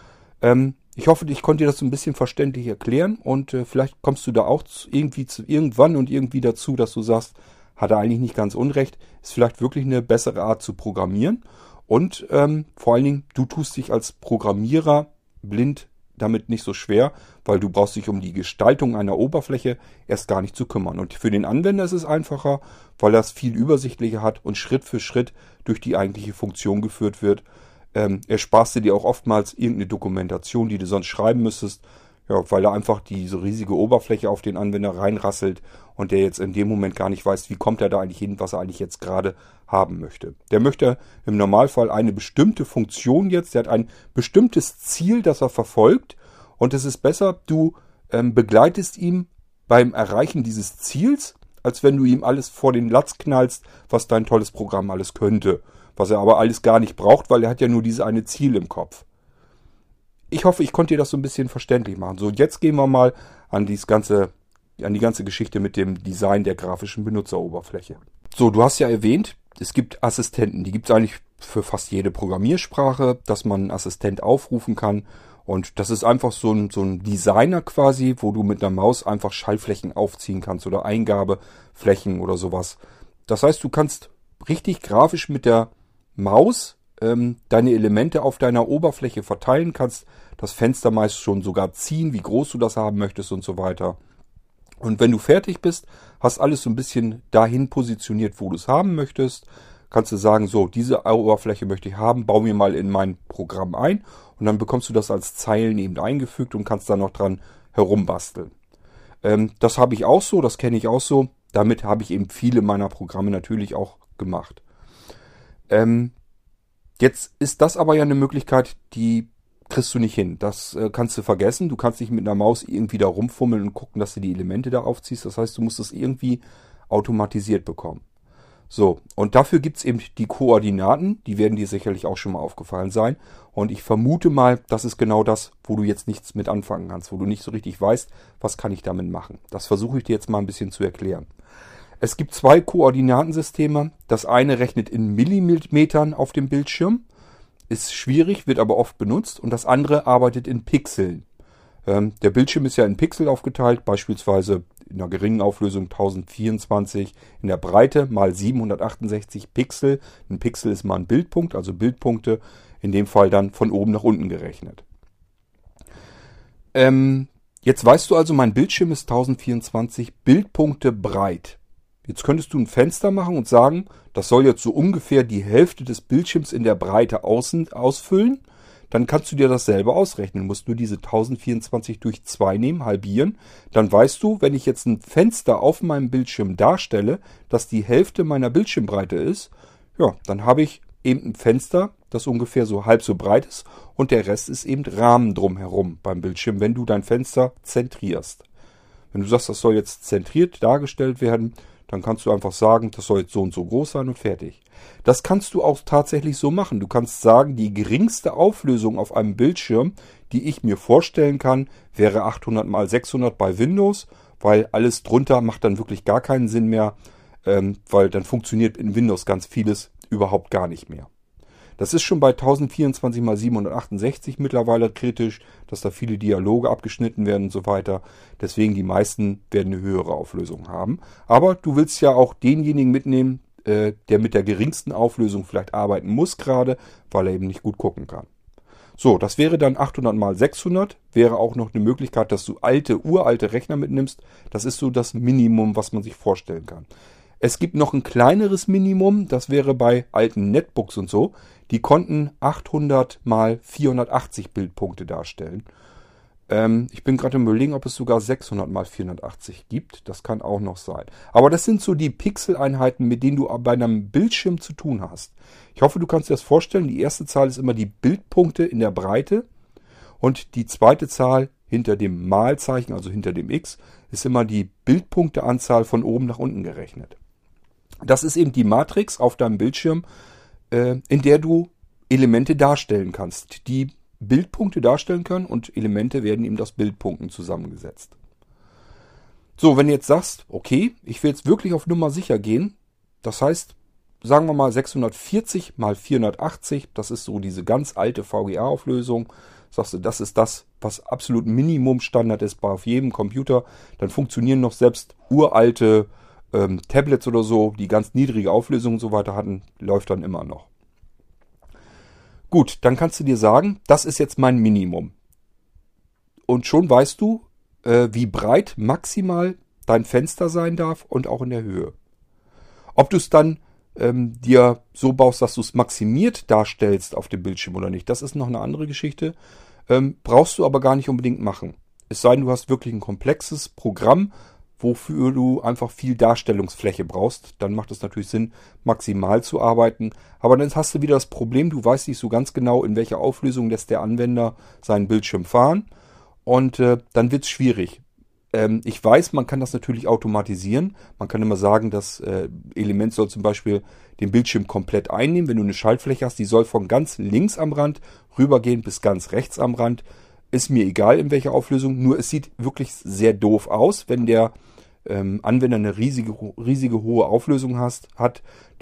Ich hoffe, ich konnte dir das so ein bisschen verständlich erklären. Und vielleicht kommst du da auch irgendwann und irgendwie dazu, dass du sagst, hat er eigentlich nicht ganz unrecht. Ist vielleicht wirklich eine bessere Art zu programmieren. Und vor allen Dingen, du tust dich als Programmierer blind damit nicht so schwer, weil du brauchst dich um die Gestaltung einer Oberfläche erst gar nicht zu kümmern. Und für den Anwender ist es einfacher, weil er es viel übersichtlicher hat und Schritt für Schritt durch die eigentliche Funktion geführt wird. Ersparst du dir auch oftmals irgendeine Dokumentation, die du sonst schreiben müsstest, ja, weil er einfach diese riesige Oberfläche auf den Anwender reinrasselt und der jetzt in dem Moment gar nicht weiß, wie kommt er da eigentlich hin, was er eigentlich jetzt gerade haben möchte. Der möchte im Normalfall eine bestimmte Funktion jetzt, der hat ein bestimmtes Ziel, das er verfolgt und es ist besser, du begleitest ihn beim Erreichen dieses Ziels, als wenn du ihm alles vor den Latz knallst, was dein tolles Programm alles könnte, was er aber alles gar nicht braucht, weil er hat ja nur dieses eine Ziel im Kopf. Ich hoffe, ich konnte dir das so ein bisschen verständlich machen. So, jetzt gehen wir mal an die ganze Geschichte mit dem Design der grafischen Benutzeroberfläche. So, du hast ja erwähnt, es gibt Assistenten. Die gibt es eigentlich für fast jede Programmiersprache, dass man einen Assistent aufrufen kann. Und das ist einfach so ein Designer quasi, wo du mit einer Maus einfach Schaltflächen aufziehen kannst oder Eingabeflächen oder sowas. Das heißt, du kannst richtig grafisch mit der Maus deine Elemente auf deiner Oberfläche verteilen, kannst das Fenster meist schon sogar ziehen, wie groß du das haben möchtest und so weiter. Und wenn du fertig bist, hast alles so ein bisschen dahin positioniert, wo du es haben möchtest, kannst du sagen, so, diese Oberfläche möchte ich haben, bau mir mal in mein Programm ein und dann bekommst du das als Zeilen eben eingefügt und kannst da noch dran herumbasteln. Das habe ich auch so, das kenne ich auch so. Damit habe ich eben viele meiner Programme natürlich auch gemacht. Jetzt ist das aber ja eine Möglichkeit, die kriegst du nicht hin. Das kannst du vergessen. Du kannst nicht mit einer Maus irgendwie da rumfummeln und gucken, dass du die Elemente da aufziehst. Das heißt, du musst es irgendwie automatisiert bekommen. So, und dafür gibt es eben die Koordinaten. Die werden dir sicherlich auch schon mal aufgefallen sein. Und ich vermute mal, das ist genau das, wo du jetzt nichts mit anfangen kannst, wo du nicht so richtig weißt, was kann ich damit machen. Das versuche ich dir jetzt mal ein bisschen zu erklären. Es gibt zwei Koordinatensysteme. Das eine rechnet in Millimetern auf dem Bildschirm. Ist schwierig, wird aber oft benutzt. Und das andere arbeitet in Pixeln. Der Bildschirm ist ja in Pixel aufgeteilt, beispielsweise in einer geringen Auflösung 1024 in der Breite mal 768 Pixel. Ein Pixel ist mal ein Bildpunkt, also Bildpunkte, in dem Fall dann von oben nach unten gerechnet. Jetzt weißt du also, mein Bildschirm ist 1024 Bildpunkte breit. Jetzt könntest du ein Fenster machen und sagen, das soll jetzt so ungefähr die Hälfte des Bildschirms in der Breite ausfüllen. Dann kannst du dir das selber ausrechnen. Du musst nur diese 1024 durch 2 nehmen, halbieren. Dann weißt du, wenn ich jetzt ein Fenster auf meinem Bildschirm darstelle, das die Hälfte meiner Bildschirmbreite ist, ja, dann habe ich eben ein Fenster, das ungefähr so halb so breit ist und der Rest ist eben Rahmen drumherum beim Bildschirm, wenn du dein Fenster zentrierst. Wenn du sagst, das soll jetzt zentriert dargestellt werden, dann kannst du einfach sagen, das soll jetzt so und so groß sein und fertig. Das kannst du auch tatsächlich so machen. Du kannst sagen, die geringste Auflösung auf einem Bildschirm, die ich mir vorstellen kann, wäre 800 x 600 bei Windows, weil alles drunter macht dann wirklich gar keinen Sinn mehr, weil dann funktioniert in Windows ganz vieles überhaupt gar nicht mehr. Das ist schon bei 1024 x 768 mittlerweile kritisch, dass da viele Dialoge abgeschnitten werden und so weiter. Deswegen die meisten werden eine höhere Auflösung haben. Aber du willst ja auch denjenigen mitnehmen, der mit der geringsten Auflösung vielleicht arbeiten muss gerade, weil er eben nicht gut gucken kann. So, das wäre dann 800 x 600. Wäre auch noch eine Möglichkeit, dass du uralte Rechner mitnimmst. Das ist so das Minimum, was man sich vorstellen kann. Es gibt noch ein kleineres Minimum, das wäre bei alten Netbooks und so. Die konnten 800 x 480 Bildpunkte darstellen. Ich bin gerade im Überlegen, ob es sogar 600 x 480 gibt. Das kann auch noch sein. Aber das sind so die Pixeleinheiten, mit denen du bei einem Bildschirm zu tun hast. Ich hoffe, du kannst dir das vorstellen. Die erste Zahl ist immer die Bildpunkte in der Breite. Und die zweite Zahl hinter dem Malzeichen, also hinter dem X, ist immer die Bildpunkteanzahl von oben nach unten gerechnet. Das ist eben die Matrix auf deinem Bildschirm, in der du Elemente darstellen kannst. Die Bildpunkte darstellen können und Elemente werden eben aus Bildpunkten zusammengesetzt. So, wenn du jetzt sagst, okay, ich will jetzt wirklich auf Nummer sicher gehen, das heißt, sagen wir mal 640 mal 480, das ist so diese ganz alte VGA-Auflösung, sagst du, das ist das, was absolut Minimum-Standard ist bei auf jedem Computer, dann funktionieren noch selbst uralte Tablets oder so, die ganz niedrige Auflösung und so weiter hatten, läuft dann immer noch. Gut, dann kannst du dir sagen, das ist jetzt mein Minimum. Und schon weißt du, wie breit maximal dein Fenster sein darf und auch in der Höhe. Ob du es dann dir so baust, dass du es maximiert darstellst auf dem Bildschirm oder nicht, das ist noch eine andere Geschichte. Brauchst du aber gar nicht unbedingt machen. Es sei denn, du hast wirklich ein komplexes Programm, wofür du einfach viel Darstellungsfläche brauchst. Dann macht es natürlich Sinn, maximal zu arbeiten. Aber dann hast du wieder das Problem, du weißt nicht so ganz genau, in welcher Auflösung lässt der Anwender seinen Bildschirm fahren. Und dann wird es schwierig. Ich weiß, man kann das natürlich automatisieren. Man kann immer sagen, das Element soll zum Beispiel den Bildschirm komplett einnehmen. Wenn du eine Schaltfläche hast, die soll von ganz links am Rand rübergehen bis ganz rechts am Rand. Ist mir egal, in welcher Auflösung. Nur es sieht wirklich sehr doof aus, wenn der Anwender eine riesige hohe Auflösung hat,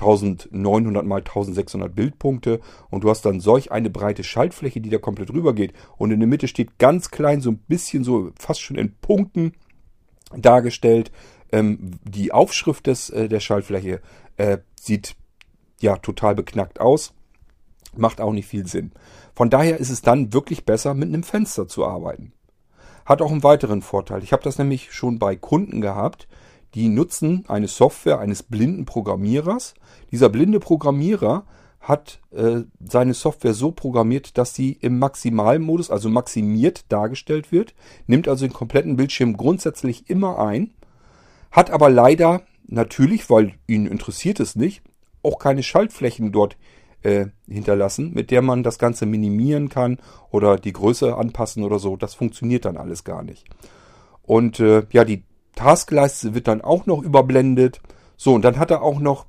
1900 mal 1600 Bildpunkte und du hast dann solch eine breite Schaltfläche, die da komplett rüber geht und in der Mitte steht ganz klein, so ein bisschen so fast schon in Punkten dargestellt, die Aufschrift der Schaltfläche sieht ja total beknackt aus, macht auch nicht viel Sinn. Von daher ist es dann wirklich besser, mit einem Fenster zu arbeiten. Hat auch einen weiteren Vorteil. Ich habe das nämlich schon bei Kunden gehabt, die nutzen eine Software eines blinden Programmierers. Dieser blinde Programmierer hat seine Software so programmiert, dass sie im Maximalmodus, also maximiert dargestellt wird, nimmt also den kompletten Bildschirm grundsätzlich immer ein, hat aber leider natürlich, weil ihn interessiert es nicht, auch keine Schaltflächen dort hinterlassen, mit der man das Ganze minimieren kann oder die Größe anpassen oder so. Das funktioniert dann alles gar nicht. Und die Taskleiste wird dann auch noch überblendet. So, und dann hat er auch noch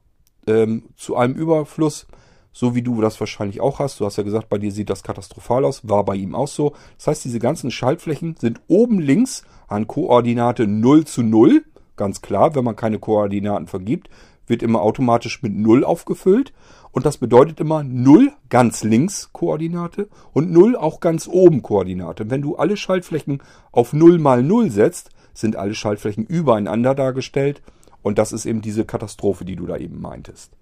zu einem Überfluss, so wie du das wahrscheinlich auch hast. Du hast ja gesagt, bei dir sieht das katastrophal aus. War bei ihm auch so. Das heißt, diese ganzen Schaltflächen sind oben links an Koordinate 0 zu 0. Ganz klar, wenn man keine Koordinaten vergibt, wird immer automatisch mit 0 aufgefüllt. Und das bedeutet immer 0 ganz links Koordinate und 0 auch ganz oben Koordinate. Wenn du alle Schaltflächen auf 0 mal 0 setzt, sind alle Schaltflächen übereinander dargestellt. Und das ist eben diese Katastrophe, die du da eben meintest.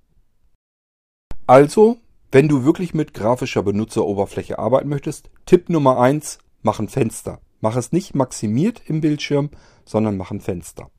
Also, wenn du wirklich mit grafischer Benutzeroberfläche arbeiten möchtest, Tipp Nummer 1, mach ein Fenster. Mach es nicht maximiert im Bildschirm, sondern mach ein Fenster.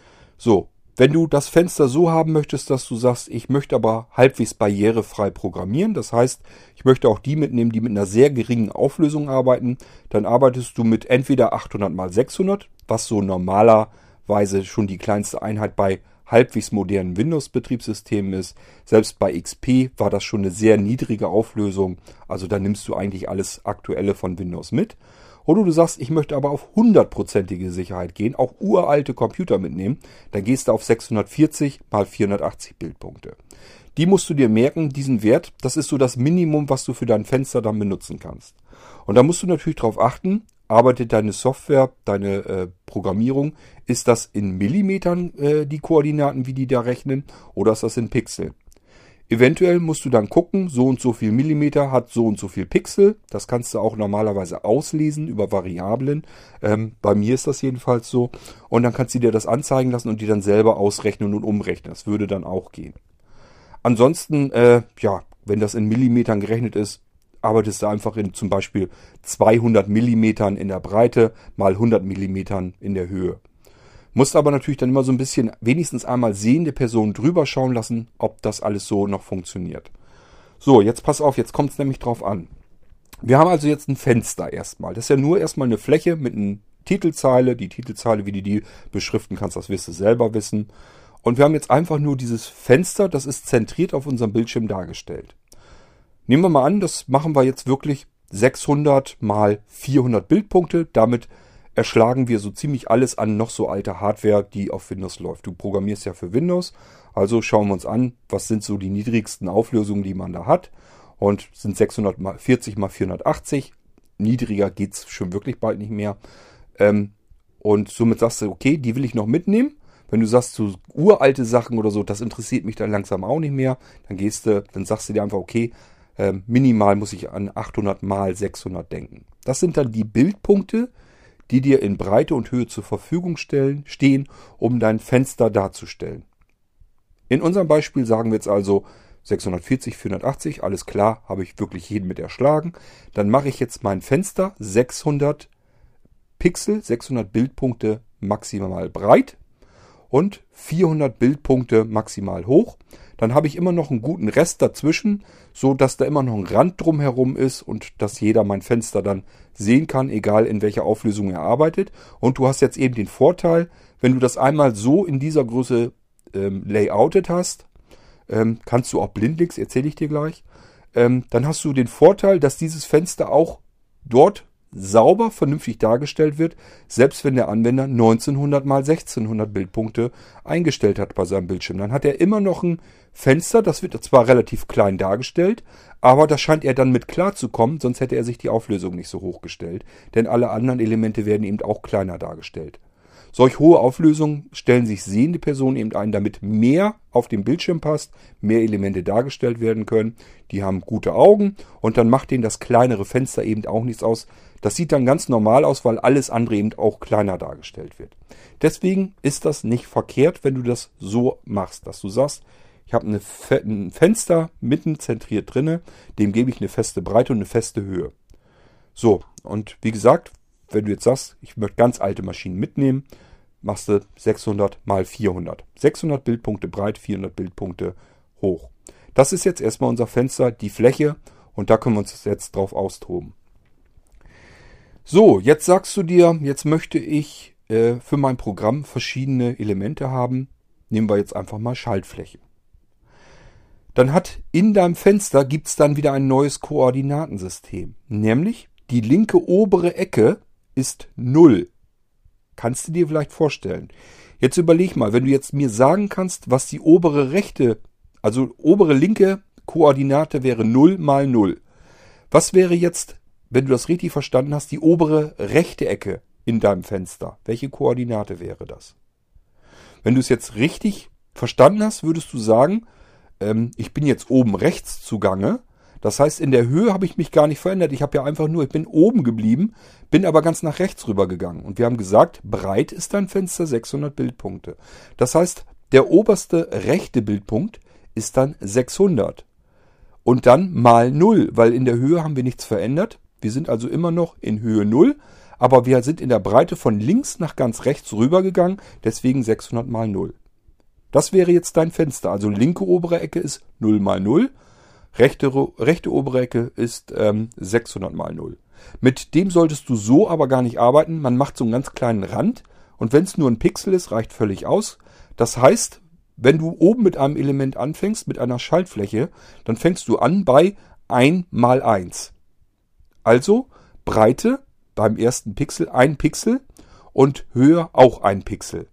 So. Wenn du das Fenster so haben möchtest, dass du sagst, ich möchte aber halbwegs barrierefrei programmieren, das heißt, ich möchte auch die mitnehmen, die mit einer sehr geringen Auflösung arbeiten, dann arbeitest du mit entweder 800 x 600, was so normalerweise schon die kleinste Einheit bei halbwegs modernen Windows-Betriebssystemen ist. Selbst bei XP war das schon eine sehr niedrige Auflösung, also da nimmst du eigentlich alles Aktuelle von Windows mit. Oder du sagst, ich möchte aber auf 100%ige Sicherheit gehen, auch uralte Computer mitnehmen, dann gehst du auf 640 x 480 Bildpunkte. Die musst du dir merken, diesen Wert, das ist so das Minimum, was du für dein Fenster dann benutzen kannst. Und da musst du natürlich darauf achten, arbeitet deine Software, deine Programmierung, ist das in Millimetern die Koordinaten, wie die da rechnen, oder ist das in Pixel? Eventuell musst du dann gucken, so und so viel Millimeter hat so und so viel Pixel. Das kannst du auch normalerweise auslesen über Variablen. Bei mir ist das jedenfalls so. Und dann kannst du dir das anzeigen lassen und die dann selber ausrechnen und umrechnen. Das würde dann auch gehen. Ansonsten, wenn das in Millimetern gerechnet ist, arbeitest du einfach in zum Beispiel 200 Millimetern in der Breite mal 100 Millimetern in der Höhe. Musst aber natürlich dann immer so ein bisschen wenigstens einmal sehende Personen drüber schauen lassen, ob das alles so noch funktioniert. So, jetzt pass auf, jetzt kommt es nämlich drauf an. Wir haben also jetzt ein Fenster erstmal. Das ist ja nur erstmal eine Fläche mit einer Titelzeile. Die Titelzeile, wie du die beschriften kannst, das wirst du selber wissen. Und wir haben jetzt einfach nur dieses Fenster, das ist zentriert auf unserem Bildschirm dargestellt. Nehmen wir mal an, das machen wir jetzt wirklich 600 mal 400 Bildpunkte. Damit erschlagen wir so ziemlich alles an noch so alter Hardware, die auf Windows läuft. Du programmierst ja für Windows, also schauen wir uns an, was sind so die niedrigsten Auflösungen, die man da hat. und sind 640 mal 480. Niedriger geht's schon wirklich bald nicht mehr. Und somit sagst du, okay, die will ich noch mitnehmen. Wenn du sagst, so uralte Sachen oder so, das interessiert mich dann langsam auch nicht mehr, dann sagst du dir einfach, okay, minimal muss ich an 800 mal 600 denken. Das sind dann die Bildpunkte, die dir in Breite und Höhe zur Verfügung stehen, um dein Fenster darzustellen. In unserem Beispiel sagen wir jetzt also 640, 480, alles klar, habe ich wirklich jeden mit erschlagen. Dann mache ich jetzt mein Fenster 600 Pixel, 600 Bildpunkte maximal breit und 400 Bildpunkte maximal hoch. Dann habe ich immer noch einen guten Rest dazwischen, so dass da immer noch ein Rand drumherum ist und dass jeder mein Fenster dann sehen kann, egal in welcher Auflösung er arbeitet. Und du hast jetzt eben den Vorteil, wenn du das einmal so in dieser Größe layoutet hast, kannst du auch blindlings, erzähle ich dir gleich, dann hast du den Vorteil, dass dieses Fenster auch dort sauber, vernünftig dargestellt wird, selbst wenn der Anwender 1900 mal 1600 Bildpunkte eingestellt hat bei seinem Bildschirm. Dann hat er immer noch ein Fenster, das wird zwar relativ klein dargestellt, aber da scheint er dann mit klar zu kommen, sonst hätte er sich die Auflösung nicht so hoch gestellt, denn alle anderen Elemente werden eben auch kleiner dargestellt. Solch hohe Auflösungen stellen sich sehende Personen eben ein, damit mehr auf dem Bildschirm passt, mehr Elemente dargestellt werden können. Die haben gute Augen und dann macht denen das kleinere Fenster eben auch nichts aus. Das sieht dann ganz normal aus, weil alles andere eben auch kleiner dargestellt wird. Deswegen ist das nicht verkehrt, wenn du das so machst, dass du sagst, ich habe ein Fenster mitten zentriert drinne, dem gebe ich eine feste Breite und eine feste Höhe. So, und wie gesagt, wenn du jetzt sagst, ich möchte ganz alte Maschinen mitnehmen, machst du 600 mal 400. 600 Bildpunkte breit, 400 Bildpunkte hoch. Das ist jetzt erstmal unser Fenster, die Fläche, und da können wir uns jetzt drauf austoben. So, jetzt sagst du dir, jetzt möchte ich für mein Programm verschiedene Elemente haben. Nehmen wir jetzt einfach mal Schaltfläche. Dann in deinem Fenster gibt es dann wieder ein neues Koordinatensystem. Nämlich die linke obere Ecke ist 0. Kannst du dir vielleicht vorstellen. Jetzt überleg mal, wenn du jetzt mir sagen kannst, was die obere linke Koordinate wäre 0 mal 0. Was wäre jetzt, wenn du das richtig verstanden hast, die obere rechte Ecke in deinem Fenster? Welche Koordinate wäre das? Wenn du es jetzt richtig verstanden hast, würdest du sagen, ich bin jetzt oben rechts zugange. Das heißt, in der Höhe habe ich mich gar nicht verändert. Ich bin oben geblieben, bin aber ganz nach rechts rüber gegangen. Und wir haben gesagt, breit ist dein Fenster 600 Bildpunkte. Das heißt, der oberste rechte Bildpunkt ist dann 600. Und dann mal 0, weil in der Höhe haben wir nichts verändert. Wir sind also immer noch in Höhe 0, aber wir sind in der Breite von links nach ganz rechts rüber gegangen, deswegen 600 mal 0. Das wäre jetzt dein Fenster. Also linke obere Ecke ist 0 mal 0. Rechte obere Ecke ist 600 mal 0. Mit dem solltest du so aber gar nicht arbeiten. Man macht so einen ganz kleinen Rand und wenn es nur ein Pixel ist, reicht völlig aus. Das heißt, wenn du oben mit einem Element anfängst, mit einer Schaltfläche, dann fängst du an bei 1 mal 1. Also Breite beim ersten Pixel 1 Pixel und Höhe auch 1 Pixel.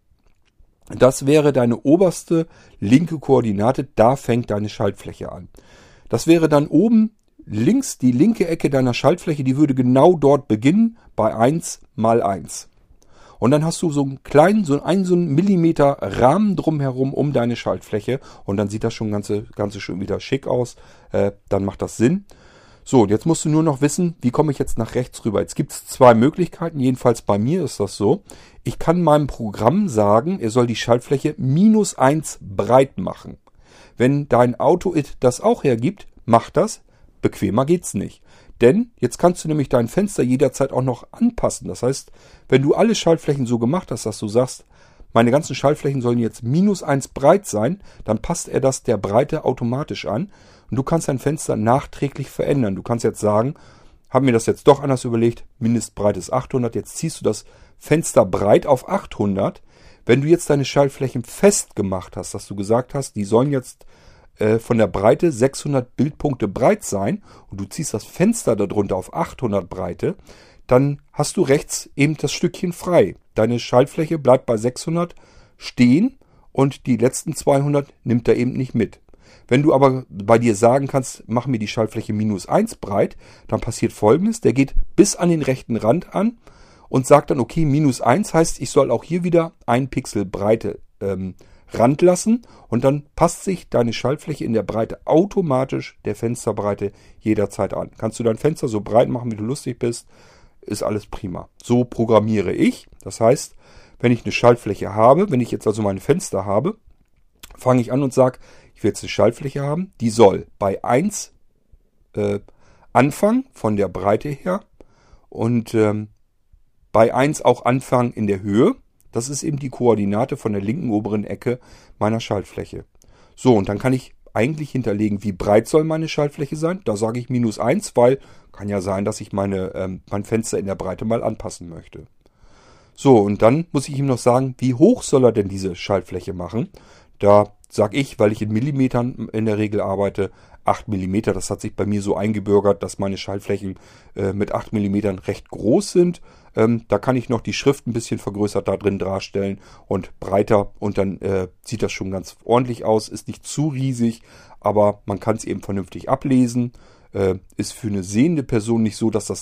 Das wäre deine oberste linke Koordinate, da fängt deine Schaltfläche an. Das wäre dann oben links die linke Ecke deiner Schaltfläche, die würde genau dort beginnen, bei 1 mal 1. Und dann hast du so einen Millimeter Rahmen drumherum um deine Schaltfläche und dann sieht das schon ganze schön wieder schick aus. Dann macht das Sinn. So, und jetzt musst du nur noch wissen, wie komme ich jetzt nach rechts rüber. Jetzt gibt es 2 Möglichkeiten, jedenfalls bei mir ist das so. Ich kann meinem Programm sagen, er soll die Schaltfläche -1 breit machen. Wenn dein AutoIt das auch hergibt, mach das. Bequemer geht's nicht. Denn jetzt kannst du nämlich dein Fenster jederzeit auch noch anpassen. Das heißt, wenn du alle Schaltflächen so gemacht hast, dass du sagst, meine ganzen Schaltflächen sollen jetzt -1 breit sein, dann passt er das der Breite automatisch an. Und du kannst dein Fenster nachträglich verändern. Du kannst jetzt sagen, habe mir das jetzt doch anders überlegt, Mindestbreite ist 800, jetzt ziehst du das Fenster breit auf 800. Wenn du jetzt deine Schaltflächen fest gemacht hast, dass du gesagt hast, die sollen jetzt von der Breite 600 Bildpunkte breit sein und du ziehst das Fenster darunter auf 800 Breite, dann hast du rechts eben das Stückchen frei. Deine Schaltfläche bleibt bei 600 stehen und die letzten 200 nimmt er eben nicht mit. Wenn du aber bei dir sagen kannst, mach mir die Schaltfläche -1 breit, dann passiert Folgendes. Der geht bis an den rechten Rand an und sagt dann, okay, -1 heißt, ich soll auch hier wieder 1 Pixel Breite Rand lassen und dann passt sich deine Schaltfläche in der Breite automatisch der Fensterbreite jederzeit an. Kannst du dein Fenster so breit machen, wie du lustig bist, ist alles prima. So programmiere ich. Das heißt, wenn ich eine Schaltfläche habe, wenn ich jetzt also meine Fenster habe, fange ich an und sage, ich will jetzt eine Schaltfläche haben, die soll bei 1 anfangen von der Breite her und bei 1 auch anfangen in der Höhe. Das ist eben die Koordinate von der linken oberen Ecke meiner Schaltfläche. So, und dann kann ich eigentlich hinterlegen, wie breit soll meine Schaltfläche sein. Da sage ich -1, weil kann ja sein, dass ich mein Fenster in der Breite mal anpassen möchte. So, und dann muss ich ihm noch sagen, wie hoch soll er denn diese Schaltfläche machen. Da sage ich, weil ich in Millimetern in der Regel arbeite, 8 mm. Das hat sich bei mir so eingebürgert, dass meine Schaltflächen mit 8 mm recht groß sind. Da kann ich noch die Schrift ein bisschen vergrößert da drin darstellen und breiter. Und dann sieht das schon ganz ordentlich aus. Ist nicht zu riesig, aber man kann es eben vernünftig ablesen. Ist für eine sehende Person nicht so, dass das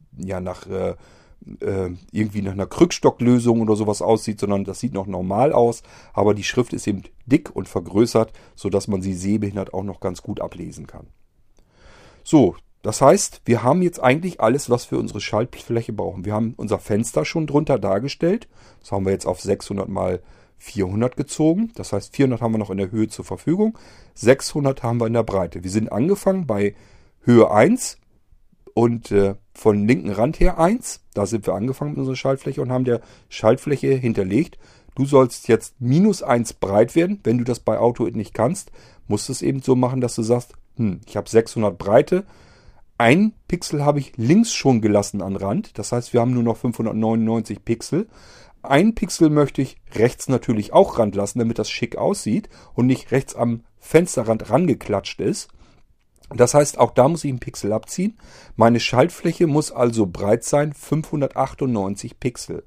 irgendwie nach einer Krückstocklösung oder sowas aussieht, sondern das sieht noch normal aus, aber die Schrift ist eben dick und vergrößert, sodass man sie sehbehindert auch noch ganz gut ablesen kann. So, das heißt, wir haben jetzt eigentlich alles, was für unsere Schaltfläche brauchen. Wir haben unser Fenster schon drunter dargestellt. Das haben wir jetzt auf 600 mal 400 gezogen. Das heißt, 400 haben wir noch in der Höhe zur Verfügung. 600 haben wir in der Breite. Wir sind angefangen bei Höhe 1 und von linken Rand her 1. Da sind wir angefangen mit unserer Schaltfläche und haben der Schaltfläche hinterlegt. Du sollst jetzt -1 breit werden. Wenn du das bei AutoIt nicht kannst, musst du es eben so machen, dass du sagst, ich habe 600 Breite. 1 Pixel habe ich links schon gelassen an Rand. Das heißt, wir haben nur noch 599 Pixel. 1 Pixel möchte ich rechts natürlich auch Rand lassen, damit das schick aussieht und nicht rechts am Fensterrand rangeklatscht ist. Das heißt, auch da muss ich einen Pixel abziehen. Meine Schaltfläche muss also breit sein, 598 Pixel.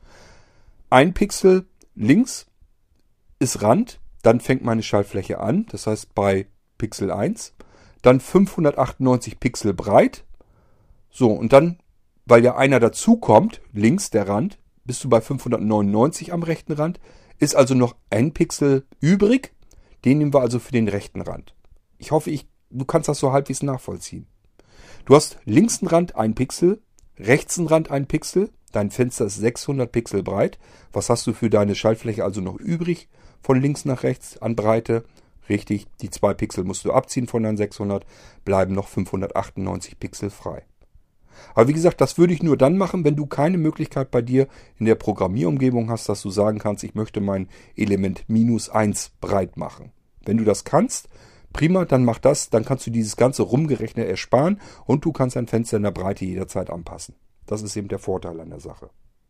1 Pixel links ist Rand, dann fängt meine Schaltfläche an. Das heißt, bei Pixel 1. Dann 598 Pixel breit. So, und dann, weil ja einer dazukommt, links der Rand, bist du bei 599 am rechten Rand. Ist also noch 1 Pixel übrig. Den nehmen wir also für den rechten Rand. Ich hoffe, du kannst das so halbwegs nachvollziehen. Du hast links einen Rand 1 Pixel, rechts einen Rand 1 Pixel. Dein Fenster ist 600 Pixel breit. Was hast du für deine Schaltfläche also noch übrig von links nach rechts an Breite? Richtig, die 2 Pixel musst du abziehen von deinen 600, bleiben noch 598 Pixel frei. Aber wie gesagt, das würde ich nur dann machen, wenn du keine Möglichkeit bei dir in der Programmierumgebung hast, dass du sagen kannst, ich möchte mein Element -1 breit machen. Wenn du das kannst, prima, dann mach das, dann kannst du dieses ganze Rumgerechne ersparen und du kannst dein Fenster in der Breite jederzeit anpassen. Das ist eben der Vorteil an der Sache.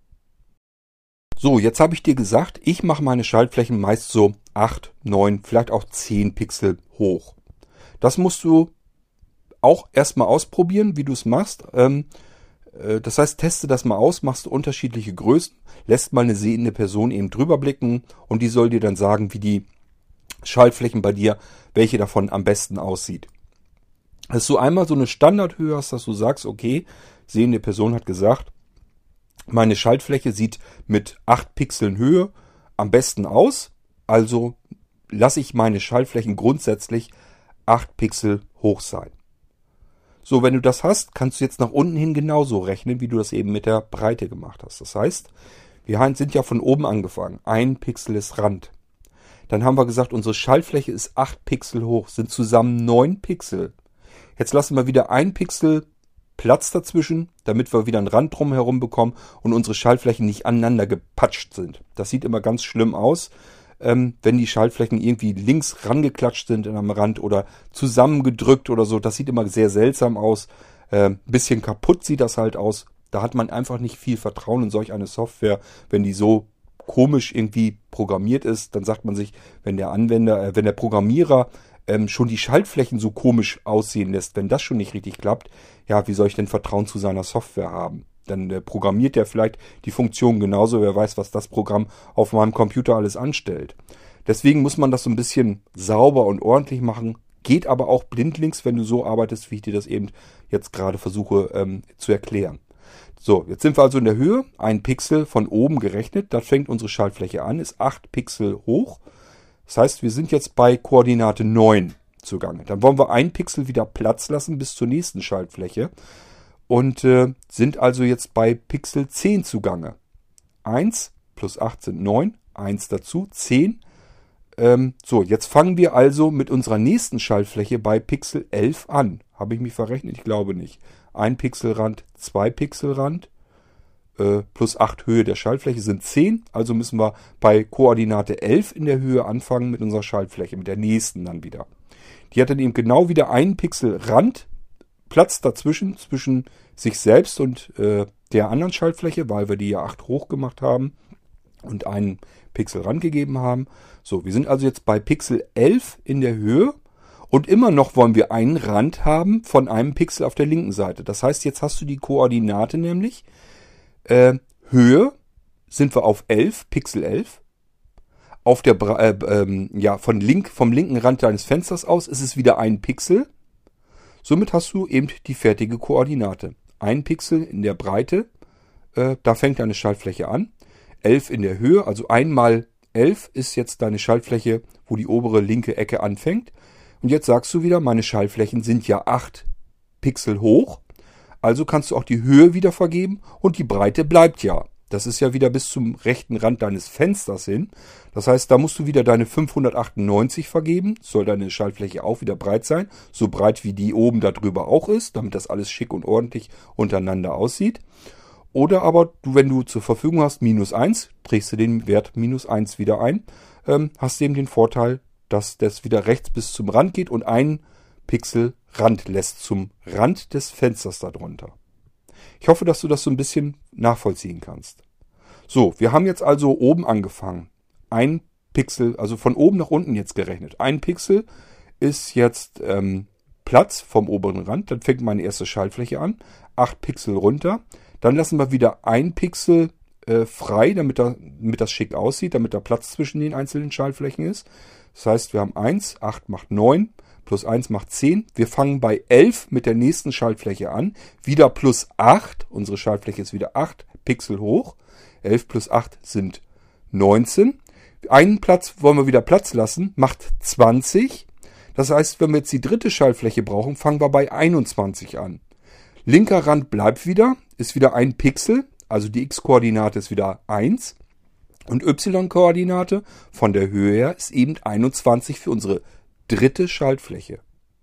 So, jetzt habe ich dir gesagt, ich mache meine Schaltflächen meist so 8, 9, vielleicht auch 10 Pixel hoch. Das musst du auch erstmal ausprobieren, wie du es machst. Das heißt, teste das mal aus, machst du unterschiedliche Größen, lässt mal eine sehende Person eben drüber blicken und die soll dir dann sagen, wie die Schaltflächen bei dir, welche davon am besten aussieht. Dass du einmal so eine Standardhöhe hast, dass du sagst, okay, sehende Person hat gesagt, meine Schaltfläche sieht mit 8 Pixeln Höhe am besten aus, also lasse ich meine Schaltflächen grundsätzlich 8 Pixel hoch sein. So, wenn du das hast, kannst du jetzt nach unten hin genauso rechnen, wie du das eben mit der Breite gemacht hast. Das heißt, wir sind ja von oben angefangen. 1 Pixel ist Rand. Dann haben wir gesagt, unsere Schaltfläche ist 8 Pixel hoch, sind zusammen 9 Pixel. Jetzt lassen wir wieder 1 Pixel Platz dazwischen, damit wir wieder einen Rand drumherum bekommen und unsere Schaltflächen nicht aneinander gepatscht sind. Das sieht immer ganz schlimm aus, wenn die Schaltflächen irgendwie links rangeklatscht sind am Rand oder zusammengedrückt oder so. Das sieht immer sehr seltsam aus. Ein bisschen kaputt sieht das halt aus. Da hat man einfach nicht viel Vertrauen in solch eine Software, wenn die so komisch irgendwie programmiert ist. Dann sagt man sich, wenn der Programmierer schon die Schaltflächen so komisch aussehen lässt, wenn das schon nicht richtig klappt, ja, wie soll ich denn Vertrauen zu seiner Software haben? Dann programmiert er vielleicht die Funktion genauso, wer weiß, was das Programm auf meinem Computer alles anstellt. Deswegen muss man das so ein bisschen sauber und ordentlich machen. Geht aber auch blindlings, wenn du so arbeitest, wie ich dir das eben jetzt gerade versuche zu erklären. So, jetzt sind wir also in der Höhe. 1 Pixel von oben gerechnet. Da fängt unsere Schaltfläche an, ist 8 Pixel hoch. Das heißt, wir sind jetzt bei Koordinate 9 zugange. Dann wollen wir 1 Pixel wieder Platz lassen bis zur nächsten Schaltfläche. Und sind also jetzt bei Pixel 10 zugange. 1 plus 8 sind 9. 1 dazu, 10. So, jetzt fangen wir also mit unserer nächsten Schaltfläche bei Pixel 11 an. Habe ich mich verrechnet? Ich glaube nicht. 1 Pixelrand, 2 Pixelrand, plus 8 Höhe der Schaltfläche sind 10. Also müssen wir bei Koordinate 11 in der Höhe anfangen mit unserer Schaltfläche, mit der nächsten dann wieder. Die hat dann eben genau wieder 1 Pixelrand, Platz dazwischen, zwischen sich selbst und der anderen Schaltfläche, weil wir die ja 8 hoch gemacht haben und einen Pixel rangegeben haben. So, wir sind also jetzt bei Pixel 11 in der Höhe und immer noch wollen wir einen Rand haben von einem Pixel auf der linken Seite. Das heißt, jetzt hast du die Koordinate nämlich. Höhe sind wir auf 11, Pixel 11. Auf der vom linken Rand deines Fensters aus ist es wieder ein Pixel. Somit hast du eben die fertige Koordinate. 1 Pixel in der Breite, da fängt deine Schaltfläche an. 11 in der Höhe, also 1 mal 11 ist jetzt deine Schaltfläche, wo die obere linke Ecke anfängt. Und jetzt sagst du wieder, meine Schaltflächen sind ja 8 Pixel hoch. Also kannst du auch die Höhe wieder vergeben und die Breite bleibt ja. Das ist ja wieder bis zum rechten Rand deines Fensters hin. Das heißt, da musst du wieder deine 598 vergeben. Soll deine Schaltfläche auch wieder breit sein. So breit wie die oben darüber auch ist, damit das alles schick und ordentlich untereinander aussieht. Oder aber, wenn du zur Verfügung hast -1, trägst du den Wert -1 wieder ein. Hast eben den Vorteil, dass das wieder rechts bis zum Rand geht und einen Pixel Rand lässt zum Rand des Fensters darunter. Ich hoffe, dass du das so ein bisschen nachvollziehen kannst. So, wir haben jetzt also oben angefangen. 1 Pixel, also von oben nach unten jetzt gerechnet. 1 Pixel ist jetzt Platz vom oberen Rand. Dann fängt meine erste Schaltfläche an. 8 Pixel runter. Dann lassen wir wieder 1 Pixel frei, damit das schick aussieht, damit da Platz zwischen den einzelnen Schaltflächen ist. Das heißt, wir haben 1, 8 macht 9, plus 1 macht 10. Wir fangen bei 11 mit der nächsten Schaltfläche an. Wieder plus 8. Unsere Schaltfläche ist wieder 8 Pixel hoch. 11 plus 8 sind 19. Einen Platz wollen wir wieder Platz lassen, macht 20. Das heißt, wenn wir jetzt die dritte Schaltfläche brauchen, fangen wir bei 21 an. Linker Rand bleibt wieder, ist wieder 1 Pixel, also die X-Koordinate ist wieder 1. Und Y-Koordinate von der Höhe her ist eben 21 für unsere dritte Schaltfläche.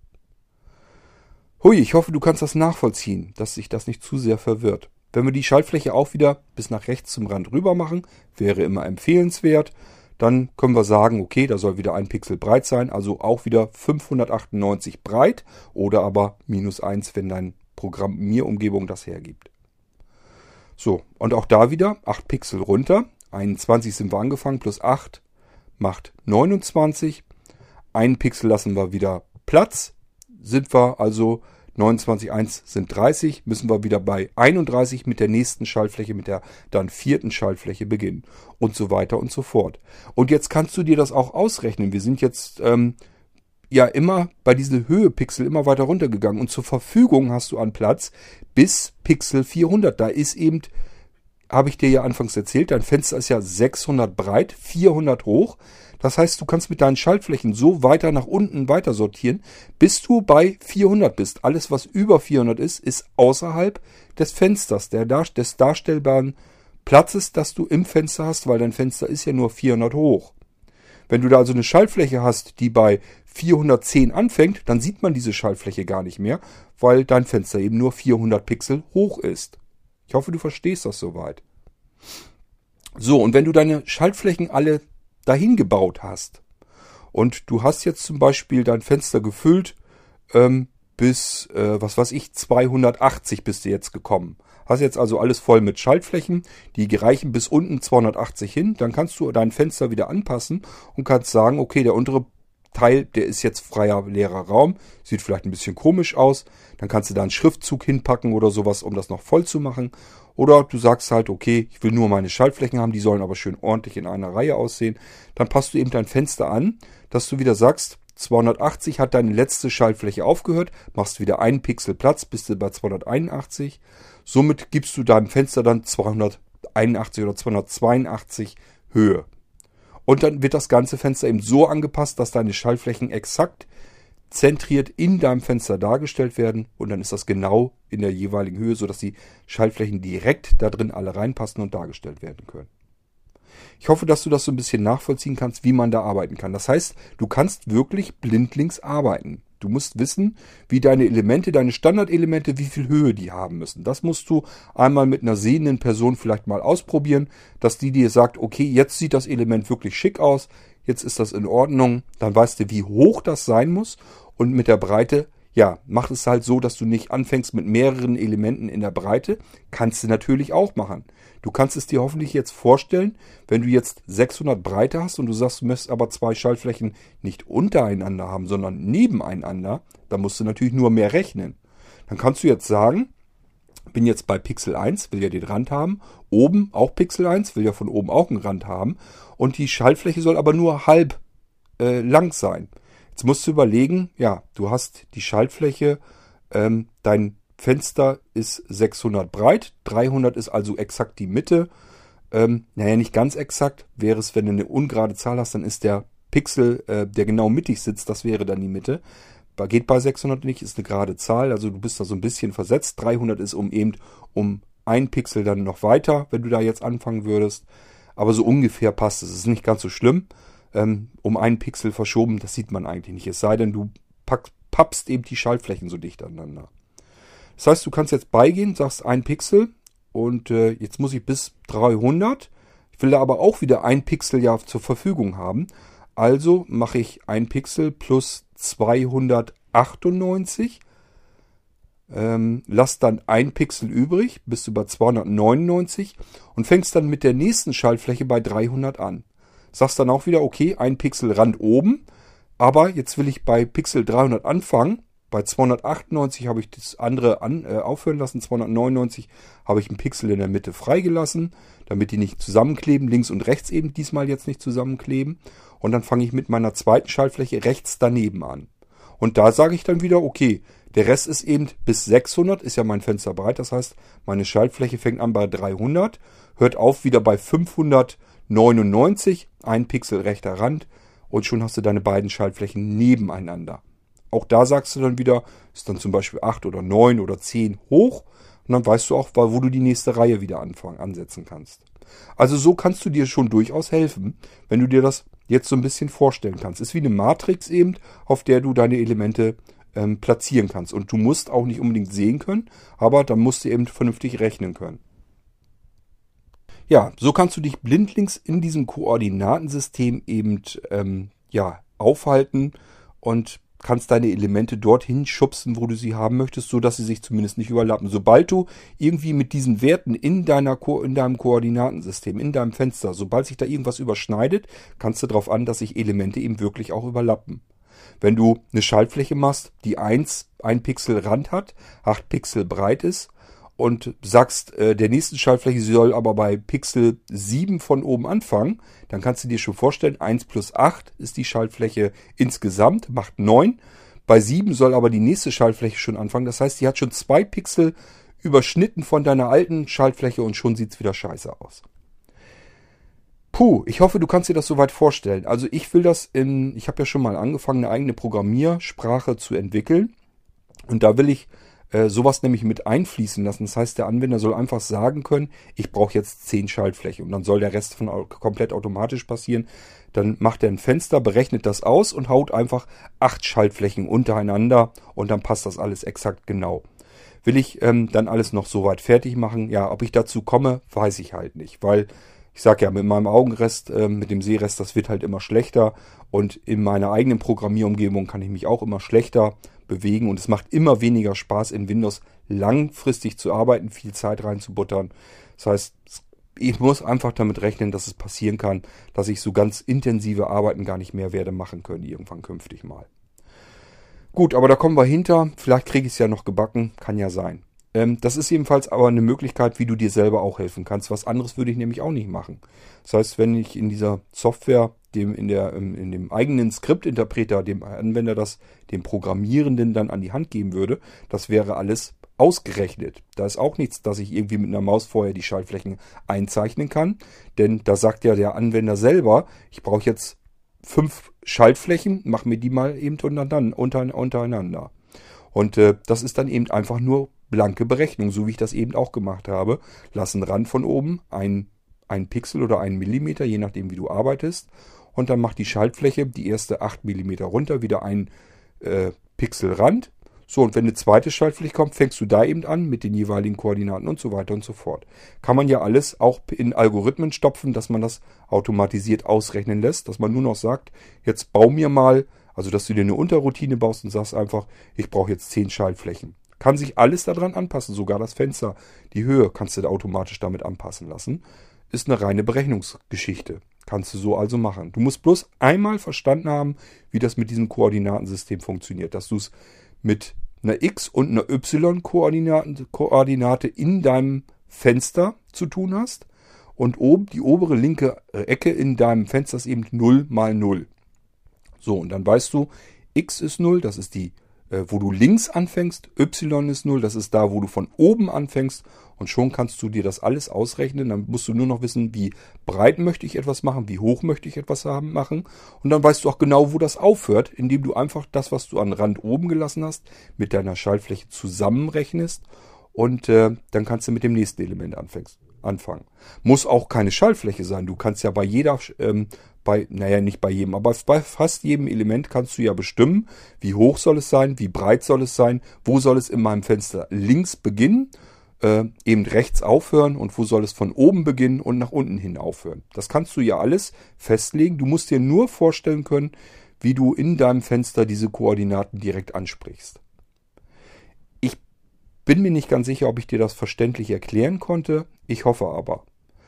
Hui, ich hoffe, du kannst das nachvollziehen, dass sich das nicht zu sehr verwirrt. Wenn wir die Schaltfläche auch wieder bis nach rechts zum Rand rüber machen, wäre immer empfehlenswert. Dann können wir sagen, okay, da soll wieder 1 Pixel breit sein, also auch wieder 598 breit oder aber -1, wenn dein Programmierumgebung das hergibt. So, und auch da wieder 8 Pixel runter. 21 sind wir angefangen, plus 8 macht 29. 1 Pixel lassen wir wieder Platz. Sind wir also 29,1 sind 30, müssen wir wieder bei 31 mit der nächsten Schaltfläche, mit der dann vierten Schaltfläche beginnen. Und so weiter und so fort. Und jetzt kannst du dir das auch ausrechnen. Wir sind jetzt ja immer bei diesen Höhepixel immer weiter runtergegangen. Und zur Verfügung hast du an Platz bis Pixel 400. Da ist eben, habe ich dir ja anfangs erzählt, dein Fenster ist ja 600 breit, 400 hoch. Das heißt, du kannst mit deinen Schaltflächen so weiter nach unten weiter sortieren, bis du bei 400 bist. Alles, was über 400 ist außerhalb des Fensters, des darstellbaren Platzes, das du im Fenster hast, weil dein Fenster ist ja nur 400 hoch. Wenn du da also eine Schaltfläche hast, die bei 410 anfängt, dann sieht man diese Schaltfläche gar nicht mehr, weil dein Fenster eben nur 400 Pixel hoch ist. Ich hoffe, du verstehst das soweit. So, und wenn du deine Schaltflächen alle dahin gebaut hast und du hast jetzt zum Beispiel dein Fenster gefüllt bis, 280 bist du jetzt gekommen. Hast jetzt also alles voll mit Schaltflächen, die reichen bis unten 280 hin. Dann kannst du dein Fenster wieder anpassen und kannst sagen, okay, der untere Teil, der ist jetzt freier leerer Raum, sieht vielleicht ein bisschen komisch aus, dann kannst du da einen Schriftzug hinpacken oder sowas, um das noch voll zu machen. Oder du sagst halt, okay, ich will nur meine Schaltflächen haben, die sollen aber schön ordentlich in einer Reihe aussehen. Dann passt du eben dein Fenster an, dass du wieder sagst, 280 hat deine letzte Schaltfläche aufgehört, machst wieder einen Pixel Platz, bist du bei 281. Somit gibst du deinem Fenster dann 281 oder 282 Höhe. Und dann wird das ganze Fenster eben so angepasst, dass deine Schaltflächen exakt zentriert in deinem Fenster dargestellt werden. Und dann ist das genau in der jeweiligen Höhe, sodass die Schaltflächen direkt da drin alle reinpassen und dargestellt werden können. Ich hoffe, dass du das so ein bisschen nachvollziehen kannst, wie man da arbeiten kann. Das heißt, du kannst wirklich blindlings arbeiten. Du musst wissen, wie deine Elemente, deine Standardelemente, wie viel Höhe die haben müssen. Das musst du einmal mit einer sehenden Person vielleicht mal ausprobieren, dass die dir sagt, okay, jetzt sieht das Element wirklich schick aus, jetzt ist das in Ordnung. Dann weißt du, wie hoch das sein muss und mit der Breite, ja, mach es halt so, dass du nicht anfängst mit mehreren Elementen in der Breite. Kannst du natürlich auch machen. Du kannst es dir hoffentlich jetzt vorstellen, wenn du jetzt 600 Breite hast und du sagst, du möchtest aber zwei Schaltflächen nicht untereinander haben, sondern nebeneinander, dann musst du natürlich nur mehr rechnen. Dann kannst du jetzt sagen, bin jetzt bei Pixel 1, will ja den Rand haben, oben auch Pixel 1, will ja von oben auch einen Rand haben und die Schaltfläche soll aber nur halb lang sein. Jetzt musst du überlegen, ja, du hast die Schaltfläche, dein Fenster ist 600 breit, 300 ist also exakt die Mitte. Naja, nicht ganz exakt. Wäre es, wenn du eine ungerade Zahl hast, dann ist der Pixel, der genau mittig sitzt, das wäre dann die Mitte. Geht bei 600 nicht, ist eine gerade Zahl, also du bist da so ein bisschen versetzt. 300 ist um ein Pixel dann noch weiter, wenn du da jetzt anfangen würdest. Aber so ungefähr passt es. Es ist nicht ganz so schlimm. Um einen Pixel verschoben, das sieht man eigentlich nicht. Es sei denn, du pappst eben die Schaltflächen so dicht aneinander. Das heißt, du kannst jetzt beigehen, sagst ein Pixel und jetzt muss ich bis 300. Ich will da aber auch wieder ein Pixel ja zur Verfügung haben. Also mache ich ein Pixel plus 298. Lass dann ein Pixel übrig, bist du bei 299 und fängst dann mit der nächsten Schaltfläche bei 300 an. Sagst dann auch wieder, okay, ein Pixel Rand oben, aber jetzt will ich bei Pixel 300 anfangen. Bei 298 habe ich das andere aufhören lassen, 299 habe ich einen Pixel in der Mitte freigelassen, damit die nicht zusammenkleben, links und rechts eben diesmal jetzt nicht zusammenkleben. Und dann fange ich mit meiner zweiten Schaltfläche rechts daneben an. Und da sage ich dann wieder, okay, der Rest ist eben bis 600, ist ja mein Fenster breit, das heißt, meine Schaltfläche fängt an bei 300, hört auf wieder bei 599, ein Pixel rechter Rand und schon hast du deine beiden Schaltflächen nebeneinander. Auch da sagst du dann wieder, ist dann zum Beispiel 8 oder 9 oder 10 hoch und dann weißt du auch, wo du die nächste Reihe wieder ansetzen kannst. Also so kannst du dir schon durchaus helfen, wenn du dir das jetzt so ein bisschen vorstellen kannst. Ist wie eine Matrix eben, auf der du deine Elemente platzieren kannst. Und du musst auch nicht unbedingt sehen können, aber dann musst du eben vernünftig rechnen können. Ja, so kannst du dich blindlings in diesem Koordinatensystem eben aufhalten und kannst deine Elemente dorthin schubsen, wo du sie haben möchtest, so dass sie sich zumindest nicht überlappen. Sobald du irgendwie mit diesen Werten in deinem Koordinatensystem, in deinem Fenster, sobald sich da irgendwas überschneidet, kannst du darauf an, dass sich Elemente eben wirklich auch überlappen. Wenn du eine Schaltfläche machst, die ein Pixel Rand hat, 8 Pixel breit ist und sagst, der nächsten Schaltfläche soll aber bei Pixel 7 von oben anfangen, dann kannst du dir schon vorstellen, 1 plus 8 ist die Schaltfläche insgesamt, macht 9. Bei 7 soll aber die nächste Schaltfläche schon anfangen. Das heißt, die hat schon 2 Pixel überschnitten von deiner alten Schaltfläche und schon sieht es wieder scheiße aus. Puh, ich hoffe, du kannst dir das soweit vorstellen. Also ich habe ja schon mal angefangen, eine eigene Programmiersprache zu entwickeln. Und da will ich sowas nämlich mit einfließen lassen. Das heißt, der Anwender soll einfach sagen können, ich brauche jetzt 10 Schaltflächen. Und dann soll der Rest komplett automatisch passieren. Dann macht er ein Fenster, berechnet das aus und haut einfach 8 Schaltflächen untereinander. Und dann passt das alles exakt genau. Will ich dann alles noch soweit fertig machen? Ja, ob ich dazu komme, weiß ich halt nicht. Weil ich sage ja, mit meinem Augenrest, mit dem Sehrest, das wird halt immer schlechter. Und in meiner eigenen Programmierumgebung kann ich mich auch immer schlechter bewegen. Und es macht immer weniger Spaß, in Windows langfristig zu arbeiten, viel Zeit reinzubuttern. Das heißt, es ich muss einfach damit rechnen, dass es passieren kann, dass ich so ganz intensive Arbeiten gar nicht mehr werde machen können, irgendwann künftig mal. Gut, aber da kommen wir hinter. Vielleicht kriege ich es ja noch gebacken, kann ja sein. Das ist jedenfalls aber eine Möglichkeit, wie du dir selber auch helfen kannst. Was anderes würde ich nämlich auch nicht machen. Das heißt, wenn ich in dieser Software, in dem eigenen Skriptinterpreter, dem Anwender dem Programmierenden dann an die Hand geben würde, das wäre alles ausgerechnet. Da ist auch nichts, dass ich irgendwie mit einer Maus vorher die Schaltflächen einzeichnen kann. Denn da sagt ja der Anwender selber, ich brauche jetzt 5 Schaltflächen, mach mir die mal eben untereinander. Und das ist dann eben einfach nur blanke Berechnung, so wie ich das eben auch gemacht habe. Lass einen Rand von oben, ein Pixel oder 1 Millimeter, je nachdem wie du arbeitest. Und dann mach die Schaltfläche, die erste 8 Millimeter runter, wieder ein Pixel Rand. So, und wenn eine zweite Schaltfläche kommt, fängst du da eben an mit den jeweiligen Koordinaten und so weiter und so fort. Kann man ja alles auch in Algorithmen stopfen, dass man das automatisiert ausrechnen lässt, dass man nur noch sagt, jetzt bau mir mal, also dass du dir eine Unterroutine baust und sagst einfach, ich brauche jetzt 10 Schaltflächen. Kann sich alles daran anpassen, sogar das Fenster, die Höhe kannst du da automatisch damit anpassen lassen. Ist eine reine Berechnungsgeschichte. Kannst du so also machen. Du musst bloß einmal verstanden haben, wie das mit diesem Koordinatensystem funktioniert. Dass du es mit einer X- und einer Y-Koordinate in deinem Fenster zu tun hast. Und oben die obere linke Ecke in deinem Fenster ist eben 0 mal 0. So, und dann weißt du, X ist 0, das ist die, wo du links anfängst. Y ist 0, das ist da, wo du von oben anfängst. Und schon kannst du dir das alles ausrechnen. Dann musst du nur noch wissen, wie breit möchte ich etwas machen, wie hoch möchte ich etwas machen. Und dann weißt du auch genau, wo das aufhört, indem du einfach das, was du an Rand oben gelassen hast, mit deiner Schaltfläche zusammenrechnest. Und dann kannst du mit dem nächsten Element anfangen. Muss auch keine Schaltfläche sein. Du kannst ja bei jeder, nicht bei jedem, aber bei fast jedem Element kannst du ja bestimmen, wie hoch soll es sein, wie breit soll es sein, wo soll es in meinem Fenster links beginnen, eben rechts aufhören und wo soll es von oben beginnen und nach unten hin aufhören. Das kannst du ja alles festlegen. Du musst dir nur vorstellen können, wie du in deinem Fenster diese Koordinaten direkt ansprichst. Ich bin mir nicht ganz sicher, ob ich dir das verständlich erklären konnte. Ich hoffe aber.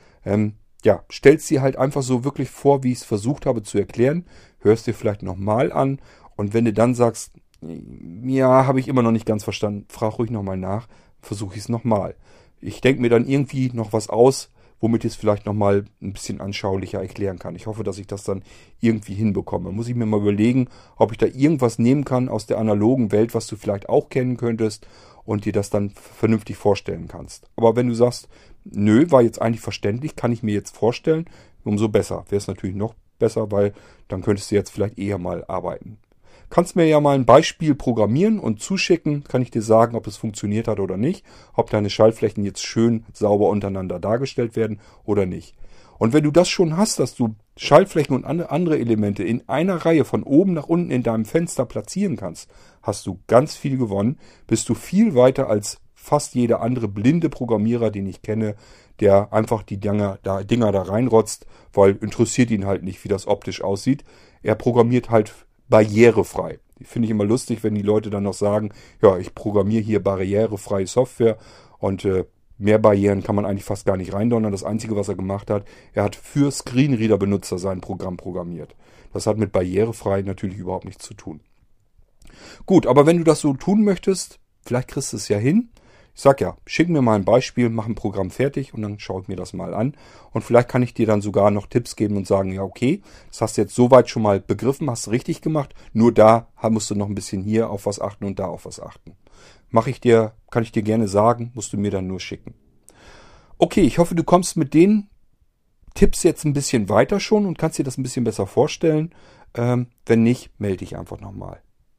Stellst dir halt einfach so wirklich vor, wie ich es versucht habe zu erklären. Hörst dir vielleicht nochmal an. Und wenn du dann sagst, ja, habe ich immer noch nicht ganz verstanden, frag ruhig nochmal nach. Versuche ich es nochmal. Ich denke mir dann irgendwie noch was aus, womit ich es vielleicht nochmal ein bisschen anschaulicher erklären kann. Ich hoffe, dass ich das dann irgendwie hinbekomme. Muss ich mir mal überlegen, ob ich da irgendwas nehmen kann aus der analogen Welt, was du vielleicht auch kennen könntest und dir das dann vernünftig vorstellen kannst. Aber wenn du sagst, nö, war jetzt eigentlich verständlich, kann ich mir jetzt vorstellen, umso besser. Wäre es natürlich noch besser, weil dann könntest du jetzt vielleicht eher mal arbeiten. Kannst mir ja mal ein Beispiel programmieren und zuschicken, kann ich dir sagen, ob es funktioniert hat oder nicht, ob deine Schaltflächen jetzt schön sauber untereinander dargestellt werden oder nicht. Und wenn du das schon hast, dass du Schaltflächen und andere Elemente in einer Reihe von oben nach unten in deinem Fenster platzieren kannst, hast du ganz viel gewonnen, bist du viel weiter als fast jeder andere blinde Programmierer, den ich kenne, der einfach die Dinger da reinrotzt, weil interessiert ihn halt nicht, wie das optisch aussieht. Er programmiert halt barrierefrei. Finde ich immer lustig, wenn die Leute dann noch sagen, ja, ich programmiere hier barrierefreie Software und mehr Barrieren kann man eigentlich fast gar nicht reindonnern. Das Einzige, was er gemacht hat, er hat für Screenreader-Benutzer sein Programm programmiert. Das hat mit barrierefrei natürlich überhaupt nichts zu tun. Gut, aber wenn du das so tun möchtest, vielleicht kriegst du es ja hin. Ich sag ja, schick mir mal ein Beispiel, mach ein Programm fertig und dann schaue ich mir das mal an. Und vielleicht kann ich dir dann sogar noch Tipps geben und sagen, ja okay, das hast du jetzt soweit schon mal begriffen, hast du richtig gemacht. Nur da musst du noch ein bisschen hier auf was achten und da auf was achten. Kann ich dir gerne sagen, musst du mir dann nur schicken. Okay, ich hoffe, du kommst mit den Tipps jetzt ein bisschen weiter schon und kannst dir das ein bisschen besser vorstellen. Wenn nicht, melde dich einfach nochmal.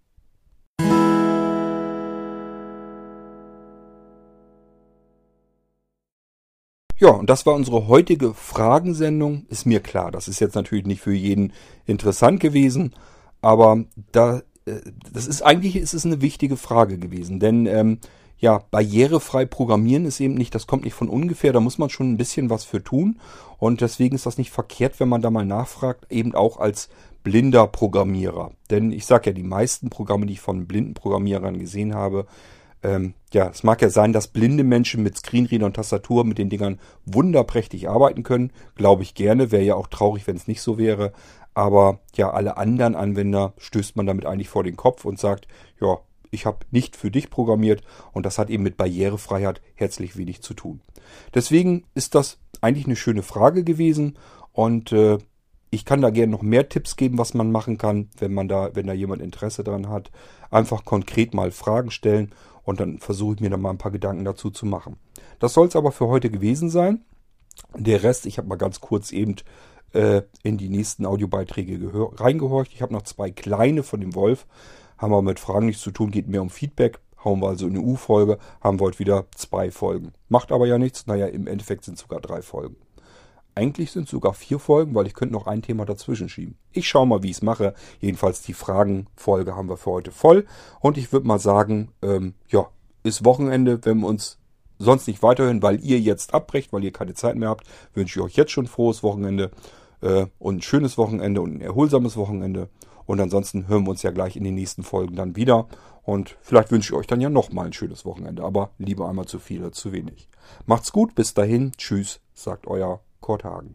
Ja, und das war unsere heutige Fragensendung. Ist mir klar, das ist jetzt natürlich nicht für jeden interessant gewesen, aber ist es eine wichtige Frage gewesen, denn barrierefrei programmieren ist eben nicht, das kommt nicht von ungefähr, da muss man schon ein bisschen was für tun und deswegen ist das nicht verkehrt, wenn man da mal nachfragt, eben auch als blinder Programmierer. Denn ich sage ja, die meisten Programme, die ich von blinden Programmierern gesehen habe, Ja, es mag ja sein, dass blinde Menschen mit Screenreader und Tastatur mit den Dingern wunderprächtig arbeiten können. Glaube ich gerne. Wäre ja auch traurig, wenn es nicht so wäre. Aber ja, alle anderen Anwender stößt man damit eigentlich vor den Kopf und sagt, ja, ich habe nicht für dich programmiert und das hat eben mit Barrierefreiheit herzlich wenig zu tun. Deswegen ist das eigentlich eine schöne Frage gewesen und ich kann da gerne noch mehr Tipps geben, was man machen kann, wenn da jemand Interesse dran hat. Einfach konkret mal Fragen stellen und dann versuche ich mir da mal ein paar Gedanken dazu zu machen. Das soll es aber für heute gewesen sein. Der Rest, ich habe mal ganz kurz eben in die nächsten Audiobeiträge reingehorcht. Ich habe noch 2 kleine von dem Wolf. Haben wir mit Fragen nichts zu tun, geht mehr um Feedback. Hauen wir also eine U-Folge, haben wir heute wieder 2 Folgen. Macht aber ja nichts. Naja, im Endeffekt sind es sogar 3 Folgen. Eigentlich sind es sogar 4 Folgen, weil ich könnte noch ein Thema dazwischen schieben. Ich schaue mal, wie ich es mache. Jedenfalls die Fragenfolge haben wir für heute voll. Und ich würde mal sagen, ja, ist Wochenende. Wenn wir uns sonst nicht weiterhören, weil ihr jetzt abbrecht, weil ihr keine Zeit mehr habt, wünsche ich euch jetzt schon frohes Wochenende und ein schönes Wochenende und ein erholsames Wochenende. Und ansonsten hören wir uns ja gleich in den nächsten Folgen dann wieder. Und vielleicht wünsche ich euch dann ja nochmal ein schönes Wochenende. Aber lieber einmal zu viel als zu wenig. Macht's gut, bis dahin. Tschüss, sagt euer Kurt Hagen.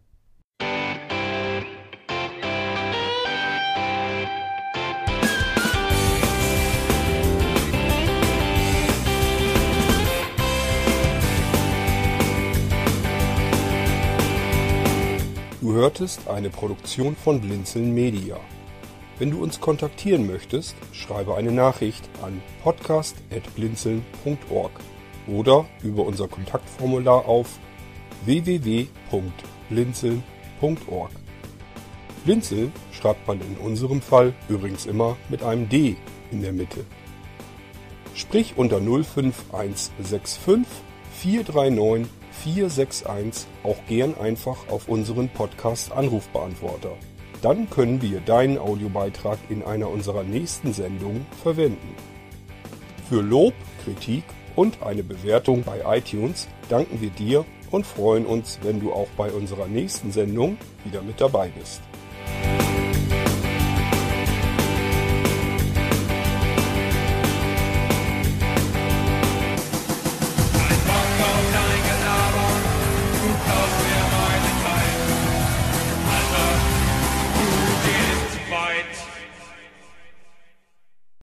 Du hörtest eine Produktion von Blinzeln Media. Wenn du uns kontaktieren möchtest, schreibe eine Nachricht an podcast@blinzeln.org oder über unser Kontaktformular auf www.blinzeln.org. Blinzeln schreibt man in unserem Fall übrigens immer mit einem D in der Mitte. Sprich unter 05165 439 461 auch gern einfach auf unseren Podcast-Anrufbeantworter. Dann können wir deinen Audiobeitrag in einer unserer nächsten Sendungen verwenden. Für Lob, Kritik und eine Bewertung bei iTunes danken wir dir und freuen uns, wenn du auch bei unserer nächsten Sendung wieder mit dabei bist.